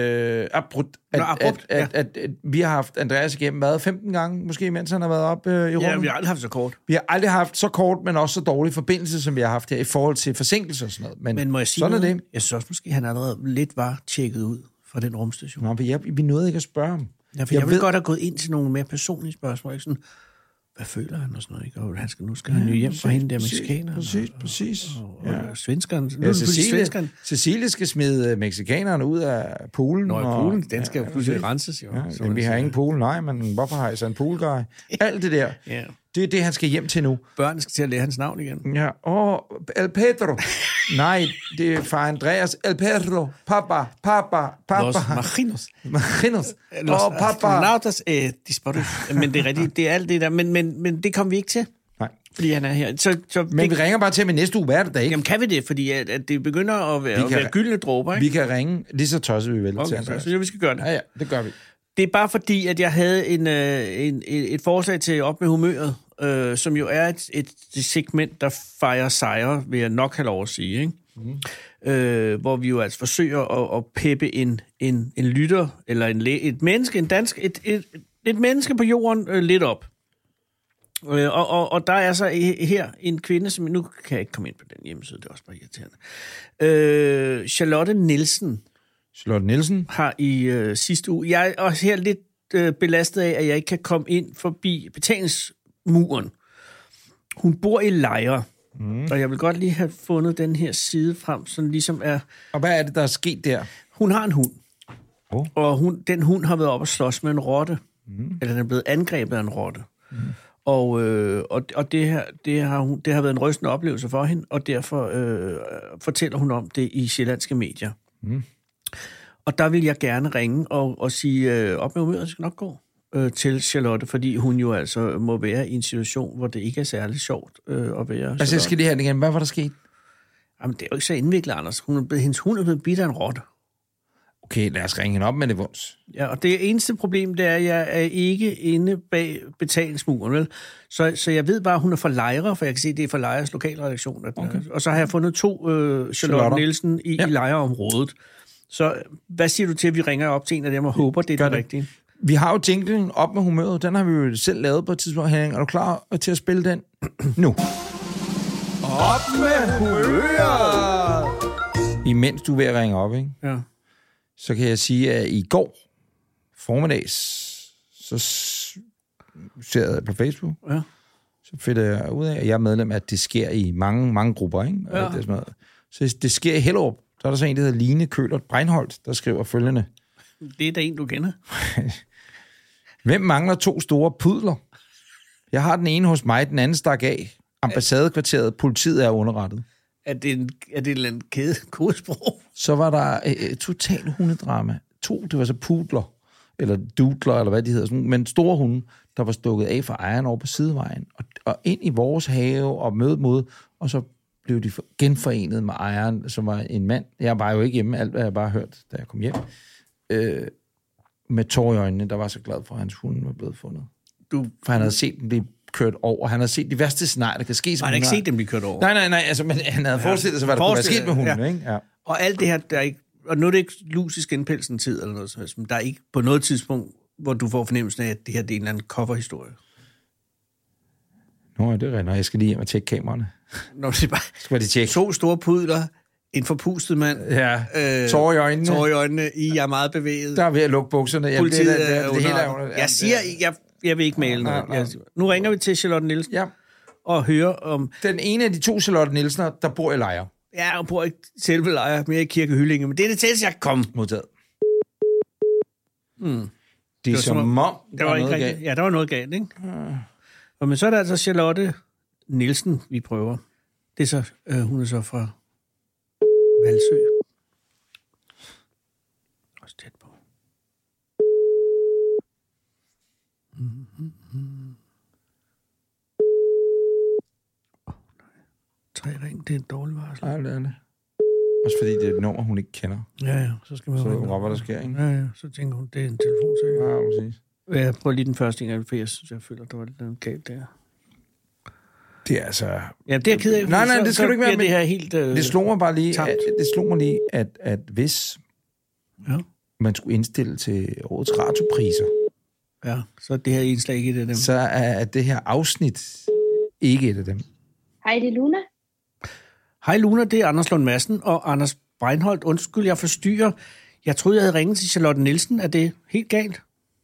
at vi har haft Andreas igennem, 15 gange, måske, mens han har været op i rummet. Ja, vi har aldrig haft så kort. Vi har aldrig haft så kort, men også så dårlig forbindelse, som vi har haft her, i forhold til forsinkelser og sådan noget. Men må jeg sige sådan noget? Er det. Jeg synes også, måske han allerede lidt var tjekket ud fra den rumstation. Nå, vi nåede ikke at spørge ham. Ja, for jeg vil godt have gået ind til nogle mere personlige spørgsmål. Ikke sådan, hvad føler han og sådan noget, ikke? Og han skal han jo hjem fra hende der mexikaneren. Præcis. Og svenskeren. Cecilie skal smide mexikanerne ud af poolen. Nå, i poolen, den skal jo pludselig renses, jo. Ja, vi har ingen pool, nej, men hvorfor har I så en poolguy? Alt det der. Ja. Det er det, han skal hjem til nu. Børnene skal til at lære hans navn igen. Ja, El Pedro. Nej, det er far Andreas. El Pedro. Papa. Los Marinos. Los astronautas disparus. Men det er rigtigt, det er alt det der. Men det kom vi ikke til. Nej. Fordi han er her. Men vi ringer bare til med næste uge, hvad er det da ikke? Jamen kan vi det, fordi at det begynder at være gyldne dråber, ikke? Vi kan ringe lige så tosset vi vil til Andreas. Så vi skal gøre det. Ja, det gør vi. Det er bare fordi, at jeg havde et forslag til Op med humøret, som jo er et segment, der fejrer sejre, vil jeg nok have lov at sige, ikke? Hvor vi jo altså forsøger at peppe en lytter, eller et menneske, et menneske på jorden lidt op. Og der er så her en kvinde, som... Nu kan jeg ikke komme ind på den hjemmeside, det er også bare irriterende. Charlotte Nielsen har i sidste uge... Jeg er også her lidt belastet af, at jeg ikke kan komme ind forbi betalingsmuren. Hun bor i Lejre, og jeg vil godt lige have fundet den her side frem, som ligesom er... Og hvad er det, der er sket der? Hun har en hund, og den hund har været op og slås med en rotte. Eller den er blevet angrebet af en rotte. Og det har været en rystende oplevelse for hende, og derfor fortæller hun om det i sjællandske medier. Og der vil jeg gerne ringe og sige, op med humøret, skal nok gå til Charlotte, fordi hun jo altså må være i en situation, hvor det ikke er særlig sjovt at være. Altså, jeg skal lige have det igen. Hvad var der sket? Jamen, det er jo ikke så indviklet, Anders. Hendes hund er blevet bidt af en rotte. Okay, lad os ringe hende op med det vunds. Ja, og det eneste problem, det er, at jeg er ikke inde bag betalingsmuren, vel? Så jeg ved bare, at hun er fra Lejre, for jeg kan se, at det er fra Lejres lokalredaktion. Okay. Og så har jeg fundet 2 Charlotte Nielsen i Lejreområdet. Så hvad siger du til, at vi ringer op til en af dem og håber, det er det rigtige? Vi har jo jinglen Op med humøret. Den har vi jo selv lavet på et tidspunkt. Henning, er du klar til at spille den? Nu. Op med humøret! Imens du er ved at ringe op, ikke? Ja. Så kan jeg sige, at i går formiddags, så ser jeg på Facebook, så finder jeg ud af, at jeg er medlem af, at det sker i mange grupper, ikke? Ja. Det er sådan noget. Så det sker i Hellerup. Så er der så en, der hedder Line Køhlert Breinholt, der skriver følgende. Det er da en, du kender. Hvem mangler 2 store pudler? Jeg har den ene hos mig, den anden stak af. Ambassadekvarteret, politiet er underrettet. Er det en eller anden kodesprog? Så var der total hundedrama. 2, det var så pudler, eller doodler, eller hvad de hedder, sådan, men store hunde, der var stukket af fra ejeren over på sidevejen, og ind i vores have og møde mod, og så blev de genforenet med ejeren, som var en mand. Jeg var jo ikke hjemme, alt hvad jeg bare hørt, da jeg kom hjem. Med tår i øjnene, der var så glad for, at hans hund var blevet fundet. For han havde set dem blive kørt over. Han havde set de værste scenarier, der kan ske. Han havde ikke set dem blive kørt over. Nej, altså, men han havde forestillet sig, hvad der kunne være sket med hunden, ikke? Ja. Og alt det her, der er ikke, og nu er det ikke lus i skinpelsen tid, eller noget sådan, men der er ikke på noget tidspunkt, hvor du får fornemmelsen af, at det her det er en eller anden coverhistorie. Nå, det er rent. Jeg skal lige hjem og tjekke kameraerne. Nå, det er bare... Skal de tjekke? 2 store pudler, en forpustet mand. Ja, tår i øjnene. Tår i øjnene, jeg er meget bevæget. Der er ved at lukke bukserne. Politiet det hele er jeg siger, jeg vil ikke male noget. Nu ringer vi til Charlotte Nielsen og hører om... Den ene af de 2 Charlotte Nielsener, der bor i Lejre. Ja, og bor ikke selve Lejre, mere i Kirke Hyllinge, men det er det tætteste, jeg kan komme. Modtaget. Det er som om, der var noget galt. Ja, der var noget galt, ikke? Men så er der altså Charlotte Nielsen, vi prøver. Det er så, hun er så fra Valsø. Også tæt på. Nej. 3 ring, det er et dårligt varsel. Nej, det er det. Også fordi det er et nummer, hun ikke kender. Ja, så skal man så ringe. Så hvad der sker, ikke? Ja, så tænker hun, det er en telefonsag. Ja, præcis. Jeg prøver lige den første gang, for jeg synes, jeg føler, der var lidt galt der. Det er altså... Ja, det er ked af. Nej, det skal du ikke være med. Det her helt det slog mig bare lige, at hvis man skulle indstille til årets radiopriser, så er det her indslag ikke et af dem. Så er det her afsnit ikke et af dem. Hej, det er Luna. Hej Luna, det er Anders Lund Madsen og Anders Breinholt. Undskyld, jeg forstyrrer. Jeg troede, jeg havde ringet til Charlotte Nielsen. Er det helt galt?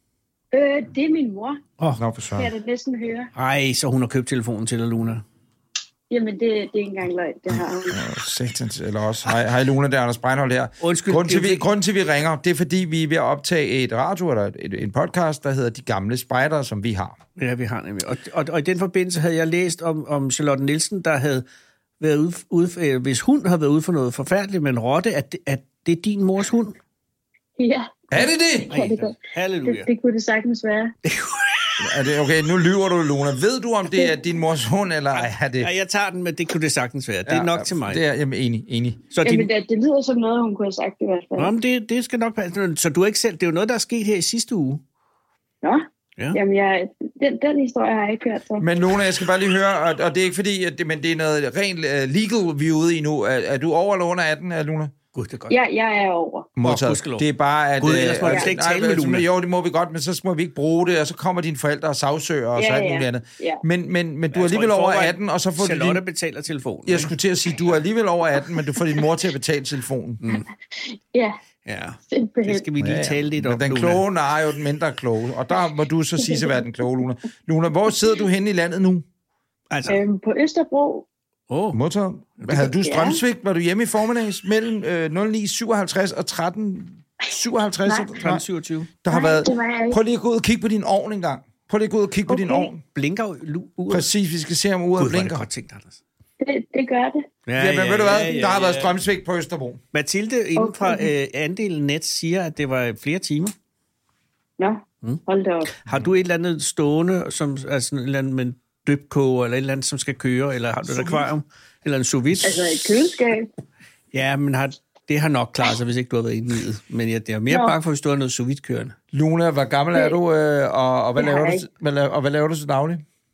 Det er min mor. Nå, for søren. Kan jeg da næsten høre. Ej, så hun har købt telefonen til dig, Luna. Jamen, det er ikke engang løgn, det har hun. Satans, eller også. Hej Luna, det er Anders Breinholt her. Undskyld. Grunden til, vi ringer, det er, fordi vi er ved at optage et radio, eller en podcast, der hedder De Gamle Spejdere, som vi har. Ja, vi har nemlig. Og i den forbindelse havde jeg læst om Charlotte Nielsen, der havde været ude, hvis hun havde været ude for noget forfærdeligt med en rotte, at det er din mors hund. Ja. Er det det? Ja, det Halleluja. Det kunne det sagtens være. Er det okay? Nu lyver du, Luna. Ved du, om det er din mors hund, eller er det... Ja, jeg tager den, men det kunne det sagtens være. Det er nok til mig. Det er jeg enig. Så Jamen, det lyder som noget, hun kunne have sagt i hvert fald. Nå, men det skal nok passe. Så du er ikke selv... Det er jo noget, der er sket her i sidste uge. Nå? Ja. Jamen, den historie har jeg ikke hørt så. Men Luna, jeg skal bare lige høre, og det er ikke fordi, men det er noget rent legal, vi er ude i nu. Er du over eller under 18, Luna? Gud, det er godt. Ja, jeg er over. Modtaget. Det er bare, at... Gud, ellers må vi slet ikke tale med Luna. Jo, det må vi godt, men så må vi ikke bruge det, og så kommer dine forældre og sagsøger og så alt muligt andet. Ja. Men du er alligevel over 18, og så får du Charlotte betaler telefonen. Jeg skulle til at sige, du er alligevel over 18, men du får din mor til at betale telefonen. Ja. Ja, simpelthen. det skal vi lige tale lidt om, den kloge er jo den mindre kloge, og der må du så sige sig, hvad den kloge, Luna. Luna, hvor sidder du henne i landet nu? Altså. På Østerbro. Modtaget. Havde du strømsvigt? Var du hjemme i formiddags mellem 09.57 og 13.57? Nej. 13.27. Der har været... det var jeg ikke. Prøv lige at gå ud og kigge på din ovn en gang. Prøv lige at gå ud og kigge på din ovn. Blinker uret? Præcis, vi skal se om uret blinker. Gud, godt tænkt, Anders. Det gør det. Ja, men ved du hvad? Der har været strømsvigt på Østerbro. Mathilde inden fra andelen net siger, at det var flere timer. Nå, hold da op. Har du et eller andet stående, som altså et eller andet med en dybkoger, eller et eller andet, som skal køre, eller har du et akvarium, eller en sous vide? Altså et køleskab? Ja, men det har nok klaret sig, hvis ikke du har været indvidet. Men jeg er mere bange for, hvis du har noget sous vide kørende. Luna, hvor gammel er du, og hvad laver du så dagligt?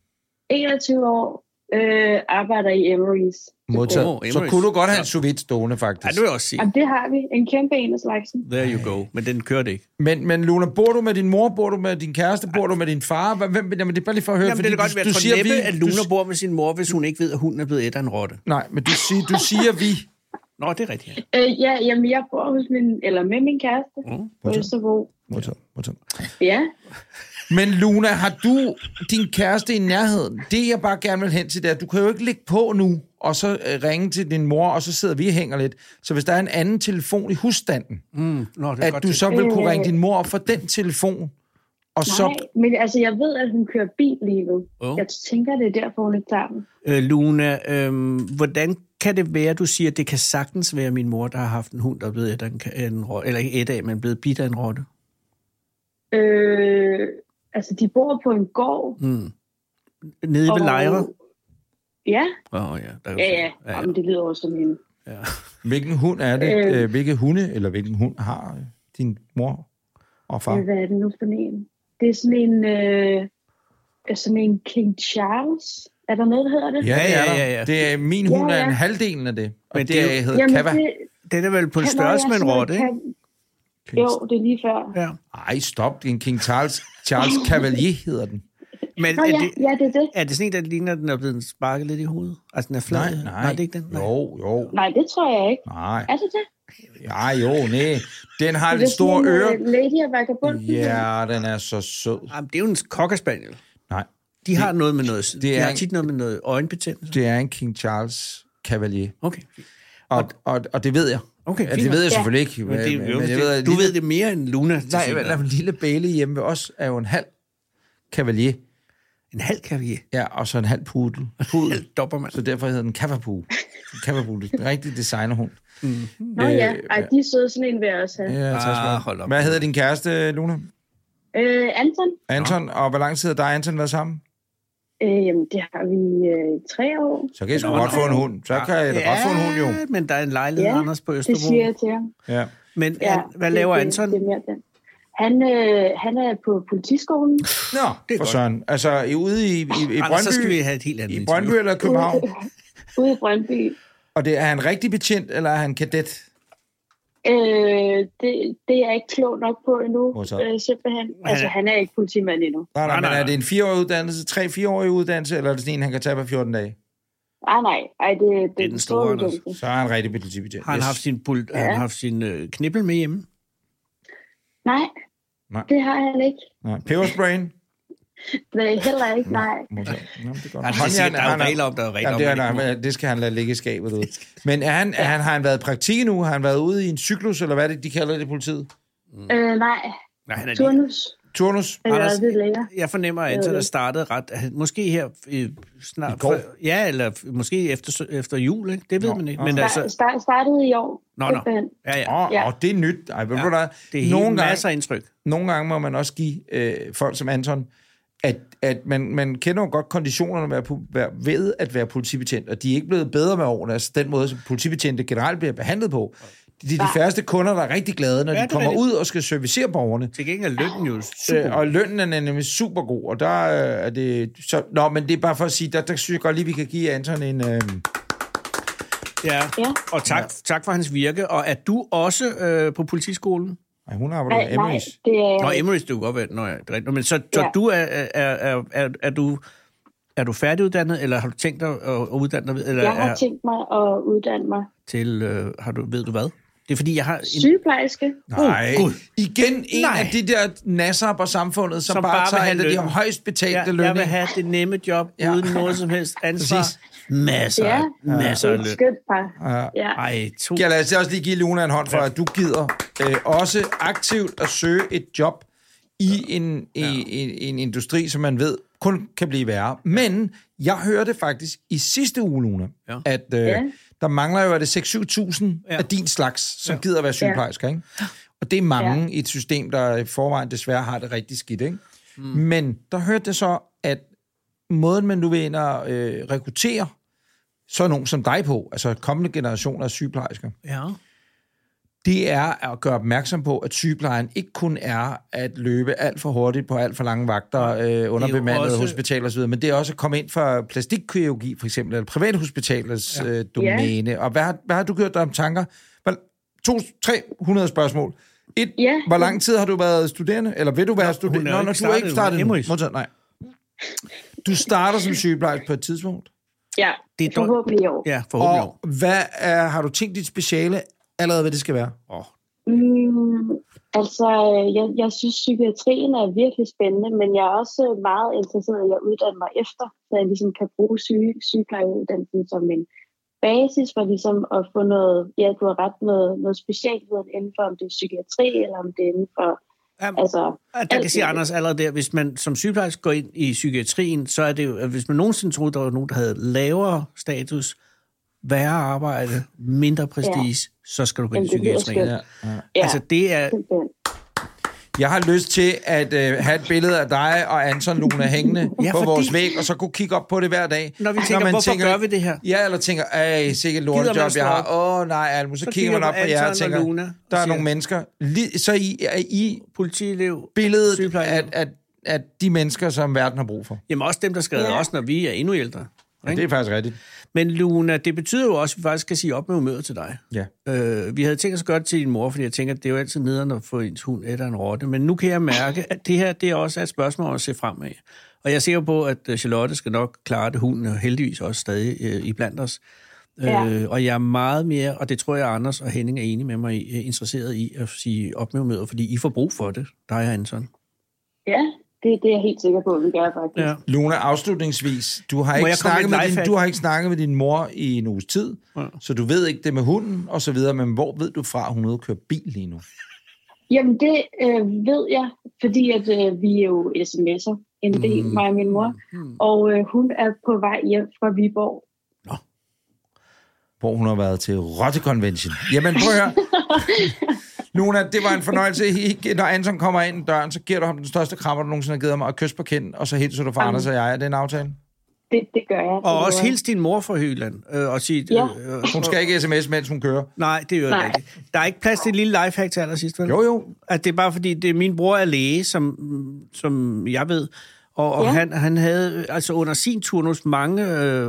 21 år. Arbejder i Emery's. Modtaget. Så kunne du godt have en sous vide stående, faktisk. Ja, det vil jeg også sige. Jamen, det har vi. En kæmpe en af slagsen. There you go. Men den kører det ikke. Men Luna, bor du med din mor? Bor du med din kæreste? Bor du med din far? Jamen, det er bare lige for at høre. Jamen, det er godt være fornæppe, at Luna bor med sin mor, hvis hun ikke ved, at hunden er blevet et af en rotte. Nej, men du siger vi. Nå, det er rigtigt. Ja, jamen, jeg bor med min kæreste på Østerbro. Modtaget. Ja. Men Luna, har du din kæreste i nærheden? Det jeg bare gerne vil hen til, det er, du kan jo ikke lægge på nu, og så ringe til din mor, og så sidder vi og hænger lidt. Så hvis der er en anden telefon i husstanden, at du så vil kunne ringe din mor op for den telefon, og Nej, men altså, jeg ved, at hun kører bil lige nu. Jeg tænker, det er derfor, hun ikke tager den. Luna, hvordan kan det være, du siger, at det kan sagtens være min mor, der har haft en hund, der er blevet en rotte, eller ikke et af, men blevet bidt af en rotte? Altså, de bor på en gård. Nede ved Lejre? Ja. Ja. Jamen, det lyder også som hende. Ja. Hvilken hund er det? Hvilke hunde, eller hvilken hund har din mor og far? Hvad er det nu for en? Det er sådan en King Charles. Er der noget, der hedder det? Ja. Det er min hund er en halvdelen af det. Og men det hedder Kava. Det er vel på en størrelse med en rotte, ikke? Jo, det er lige før. Ja. Ej, stop. Det er en King Charles Cavalier, hedder den. Men det er det. Er det sådan en, der ligner, at den er blevet sparket lidt i hovedet? Altså, den er flad? Nej, det er ikke den? Nej. Jo. Nej, det tror jeg ikke. Nej. Er det det? Ja, jo, nej. Den har lidt store ører. Lady og Vagabond. Ja, den er så sød. Jamen, det er jo en cockerspaniel. Nej. De har noget med noget... De har tit noget med noget øjenbetændelse. Det er en King Charles Cavalier. Okay. Og det ved jeg. Okay, det ved jeg selvfølgelig ikke. Men jeg ved, du ved det mere end Luna. Nej, en lille Bailey hjemme ved os er jo en halv Cavalier. En halv Cavalier? Ja, og så en halv pudel. Halv Dobermann. Så derfor hedder den Cavapoo. Cavapoo, det er en rigtig designerhund. Nå ja, de søde sådan en vil jeg også have. Ja, hold op. Hvad hedder din kæreste, Luna? Anton. Anton, og hvor lang tid har dig og Anton været sammen? Jamen, det har vi 3 år. Så kan jeg sgu godt få en hund. Så kan jeg da godt få en hund, jo. Men der er en lejlighed, Anders, på Østerbro. Det siger jeg til ham. Ja. Men hvad laver Anton? Det er mere den. Han er på politiskolen. Nå, for søren. Altså, ude i Brøndby? Så skal vi have et helt andet. I Brøndby eller København? Ude i Brøndby. Og er han rigtig betjent, eller er han kadet? Det er jeg ikke klog nok på endnu, simpelthen. Altså, han er ikke politimand endnu. Nej, men er det en 4-årig uddannelse, 3-4-årig uddannelse, eller er det sådan en, han kan tage på 14 dage? Nej, det er den store uddannelse. Så er han rigtig politibetjent. Har han haft sin knibbel med hjemme? Nej. Nej. Det har han ikke. Nej. Pebersprayen? Nej, heller ikke, nej. Nå, det er godt. Der er regler om. Det skal han lade ligge i skabet ud. Men har han været i praktik nu? Har han været ude i en cyklus, eller hvad er det, de kalder det i politiet? Nej, han er Turnus? Anders, jeg fornemmer, at Anton er startet ret... Måske her snart... Ja, eller måske efter jul, ikke? Det ved man ikke. Men altså... Startede i år. Nå. Ja. Det er nyt. Ej, det er helt masser af indtryk. Nogle gange må man også give folk som Anton, at man kender jo godt konditionerne ved at være politibetjent, og de er ikke blevet bedre med årene. Altså den måde, som politibetjente generelt bliver behandlet på. Det er de færreste kunder, der er rigtig glade, når de kommer ud og skal servicere borgerne. Til gengæld er lønnen jo super. Og lønnen er nemlig super god, og der er det... Så, men det er bare for at sige, der synes jeg godt lige, vi kan give Anton en... Ja, og tak for hans virke. Og er du også på politiskolen? Nej, hun arbejder med Emmerys. Nå, Emmerys, det er jo godt være. Nå, ja, det er rigtigt. Men så du er du færdiguddannet, eller har du tænkt dig at uddanne dig? Eller jeg har tænkt mig at uddanne mig. Til, ved du hvad? Det er fordi, jeg har... Sygeplejerske. Nej. Igen af de der nasser på samfundet, som bare tager alle de højst betalte lønninger. Jeg vil have det nemme job, uden noget som helst ansvar. Præcis. Masser af løn. Skønt par. Ja, lad os også lige give Luna en hånd for, at du gider også aktivt at søge et job i en industri, som man ved kun kan blive værre. Men jeg hørte faktisk i sidste uge, Luna, at der mangler jo 6-7.000 af din slags, som gider at være sygeplejersker, ikke? Og det er mange i et system, der i forvejen desværre har det rigtig skidt, ikke? Men der hørte det så, at måden, man nu vil ind og rekruttere så nogen som dig på, altså kommende generationer af sygeplejersker, det er at gøre opmærksom på, at sygeplejen ikke kun er at løbe alt for hurtigt på alt for lange vagter, underbemandede hospitaler osv., men det er også at komme ind for plastikkirurgi, for eksempel, eller privathospitalets domæne. Og hvad har du gjort dig om tanker? 200-300 spørgsmål. Hvor lang tid har du været studerende? Eller vil du være studerende? Nå, du har ikke startet. Nej. Du starter som sygeplejerske på et tidspunkt? Ja, forhåbentlig i år. Ja, forhåbentlig i år. Og hvad har du tænkt dit speciale allerede, hvad det skal være? Jeg synes, psykiatrien er virkelig spændende, men jeg er også meget interesseret i at uddanne mig efter, så jeg ligesom kan bruge sygeplejeuddannelsen som en basis for ligesom at få noget, du har ret, noget specialviden inden for, om det er psykiatri, eller om det er inden for... Jeg kan sige, Anders, allerede der, hvis man som sygeplejerske går ind i psykiatrien, så er det jo, hvis man nogensinde troede, der var nogen, der havde lavere status, værre arbejde, mindre prestige, så skal du gå ind i psykiatrien. Altså, det er... Jeg har lyst til at have et billede af dig og Anton, Luna, hængende på vores væg, og så kunne kigge op på det hver dag. Når vi tænker, hvorfor gør vi det her? Ja, eller tænker, sikkert lortejob, jeg har. Så kigger man op på jer og tænker, Luna, der er nogle mennesker. Så er I politielev, billedet af de mennesker, som verden har brug for. Jamen også dem, der skal også, når vi er endnu ældre. Ja, det er faktisk rigtigt. Men Luna, det betyder jo også, at vi faktisk skal sige op med humøret til dig. Ja. Vi havde tænkt os at gøre det til din mor, fordi jeg tænker, at det er jo altid nederen at få ens hund eller en rotte. Men nu kan jeg mærke, at det her det er også et spørgsmål at se fremad. Og jeg ser på, at Charlotte skal nok klare det. Hunden er heldigvis også stadig iblandt os. Og jeg er meget mere, og det tror jeg, Anders og Henning er enige med mig interesseret i at sige op med humøret, fordi I får brug for det, dig og Anton. Ja. Det er jeg helt sikker på, at vi gør faktisk. Ja. Luna, afslutningsvis, du har ikke snakket med din mor i en uges tid, så du ved ikke det med hunden og så videre, men hvor ved du fra, at hun er ude at køre bil lige nu? Jamen, det ved jeg, fordi at vi er jo sms'er en del, mig og min mor, og hun er på vej hjem fra Viborg. Nå. Hvor hun har været til Rotte Convention. Jamen, prøv at høre. Luna, det var en fornøjelse. Når Anton kommer ind i døren, så giver du ham den største krammer, du nogensinde har givet mig, og kys på kinden, og så hilser du for Anders og jeg. Er det en aftale? Det gør jeg. Og også hils din mor fra Hyland. Og sige, hun skal ikke sms, mens hun kører. Nej, det gør det ikke. Der er ikke plads til et lille lifehack til allersidst, vel? Jo. At det er bare fordi, det er min bror er læge, som jeg ved, og han havde altså under sin turnus mange...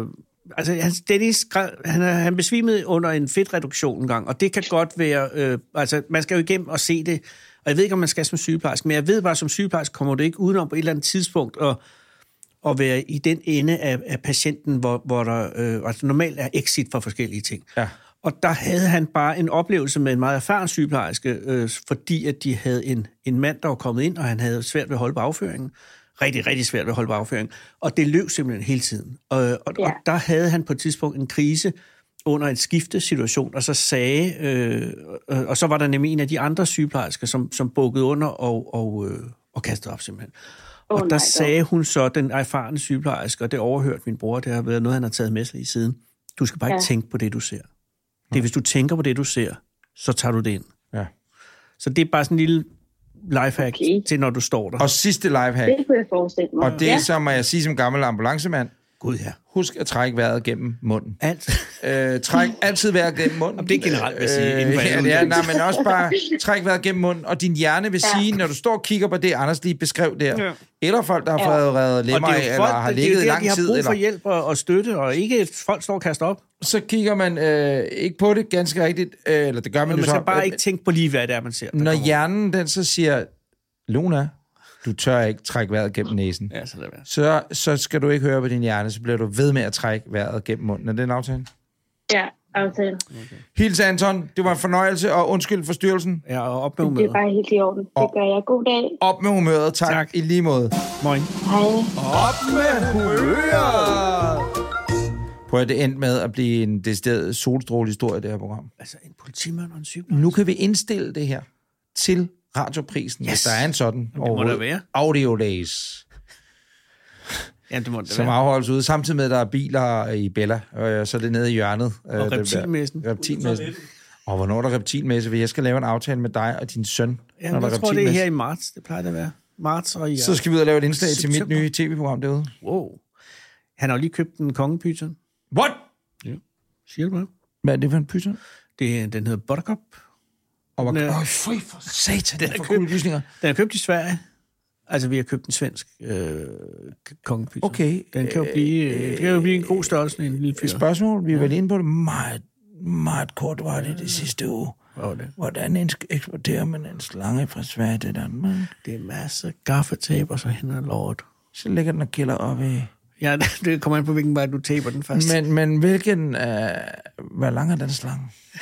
han besvimede under en fedtreduktion en gang, og det kan godt være... man skal jo igennem og se det, og jeg ved ikke, om man skal som sygeplejerske, men jeg ved bare, som sygeplejerske kommer du ikke udenom på et eller andet tidspunkt at være i den ende af patienten, hvor der normalt er exit for forskellige ting. Ja. Og der havde han bare en oplevelse med en meget erfaren sygeplejerske, fordi at de havde en mand, der var kommet ind, og han havde svært ved at holde på afføringen. Rigtig, rigtig svært ved at holde på afføringen. Og det løb simpelthen hele tiden. Og der havde han på et tidspunkt en krise under en skiftesituation, og så sagde... og så var der nemlig en af de andre sygeplejersker, som bukkede under og kastede op simpelthen. Og der sagde hun så, den erfarne sygeplejerske, og det overhørte min bror, det har været noget, han har taget med sig i siden. Du skal bare ikke tænke på det, du ser. Det er, hvis du tænker på det, du ser, så tager du det ind. Ja. Så det er bare sådan en lille lifehack til, når du står der. Og sidste lifehack. Det kunne jeg forestille mig. Og det er, som jeg siger som gammel ambulancemand. Gud, ja. Husk at trække vejret gennem munden. Alt. Træk altid vejret gennem munden. Om det er generelt, vil sige. Men også bare træk vejret gennem munden. Og din hjerne vil sige, når du står og kigger på det, Anders lige beskrev der, eller folk, der har fået reddet lemmer af, eller har ligget i lang tid. De har brug for hjælp og støtte, og ikke folk står og kaster op. Så kigger man ikke på det ganske rigtigt, eller det gør man jo så. Man skal bare ikke tænke på lige, hvad det er, man ser. Når hjernen den så siger, Luna, du tør ikke trække vejret gennem næsen. Ja, så skal du ikke høre på din hjerne, så bliver du ved med at trække vejret gennem munden. Er det en aftale? Ja, aftale. Okay. Hils Anton, det var en fornøjelse, og undskyld for styrelsen. Ja, og op med humøret. Det er bare helt i orden. Det gør jeg. God dag. Op med humøret, tak. I lige måde. Moin. Hej. Op med humøret! Prøv at det endte med at blive en decideret solstrålehistorie, det her program. Altså en politimand og en sygeplejerske. Nu kan vi indstille det her til radioprisen, hvis der er en sådan. Det må der være. Audio Days. Ja, det må det som være. afholdes ude, samtidig med, at der er biler i Bella, og så er det nede i hjørnet. Og reptilmessen. Og hvornår er der reptilmesse? Jeg skal lave en aftale med dig og din søn. Ja, jeg tror, det er her i marts. Det plejer det at være. Marts og i... Så skal vi ud og lave et indslag til mit nye tv-program derude. Wow. Han har jo lige købt en kongepyton. What? Ja. Siger du hvad? Hvad er det for en pyton? Den hedder Buttercup. Fri for satan. Den er købt i Sverige. Altså, vi har købt en svensk kongepyton. Okay. Den kan jo blive en god størrelse, en lille fyr. Spørgsmål, vi har været inde på det meget kort var det sidste uge. Hvordan eksporterer man en slange fra Sverige til Danmark? Det er masser af gaffetape, og så hen og lort. Så ligger den og kilder op i... Ja, det kommer an på, hvilken vej du taber den først. Men hvilken... hvor lang er den slange?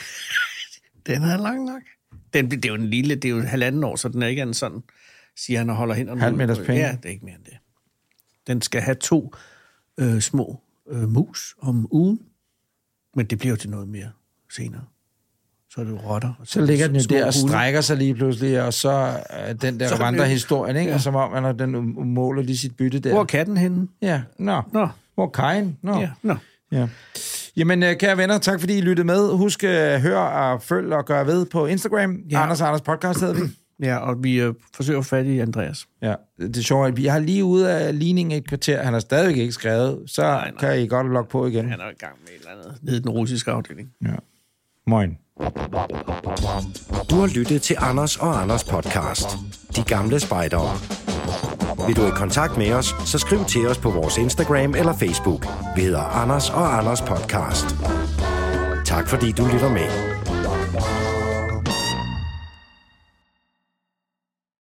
Den er lang nok. Det er jo en lille, det er jo 1,5 år, så den er ikke en sådan, siger han og holder hænderne. 0,5 meters penge? Ja, det er ikke mere end det. Den skal have 2 små mus om ugen, men det bliver jo til noget mere senere. Så er det rotter. Så ligger den jo der og strækker sig lige pludselig, og så den der vandrehistorien, ikke? Ja. Og som om, når den måler lige sit bytte der. Hvor er katten henne? Ja, nå. Hvor er Kajen? Ja, nå. Ja. Jamen, kære venner, tak fordi I lyttede med. Husk at høre og følge og gøre ved på Instagram. Ja. Anders podcast hedder vi. Ja, og vi forsøger at få fat i Andreas. Ja, det er sjovt, at vi har lige ude af ligningen et kvarter. Han har stadigvæk ikke skrevet, så nej. Kan I godt logge på igen. Han er i gang med et eller andet nede i den russiske afdeling. Ja. Moin. Du har lyttet til Anders og Anders podcast. De gamle spejdere. Vil du i kontakt med os, så skriv til os på vores Instagram eller Facebook. Vi hedder Anders og Anders podcast. Tak fordi du lytter med.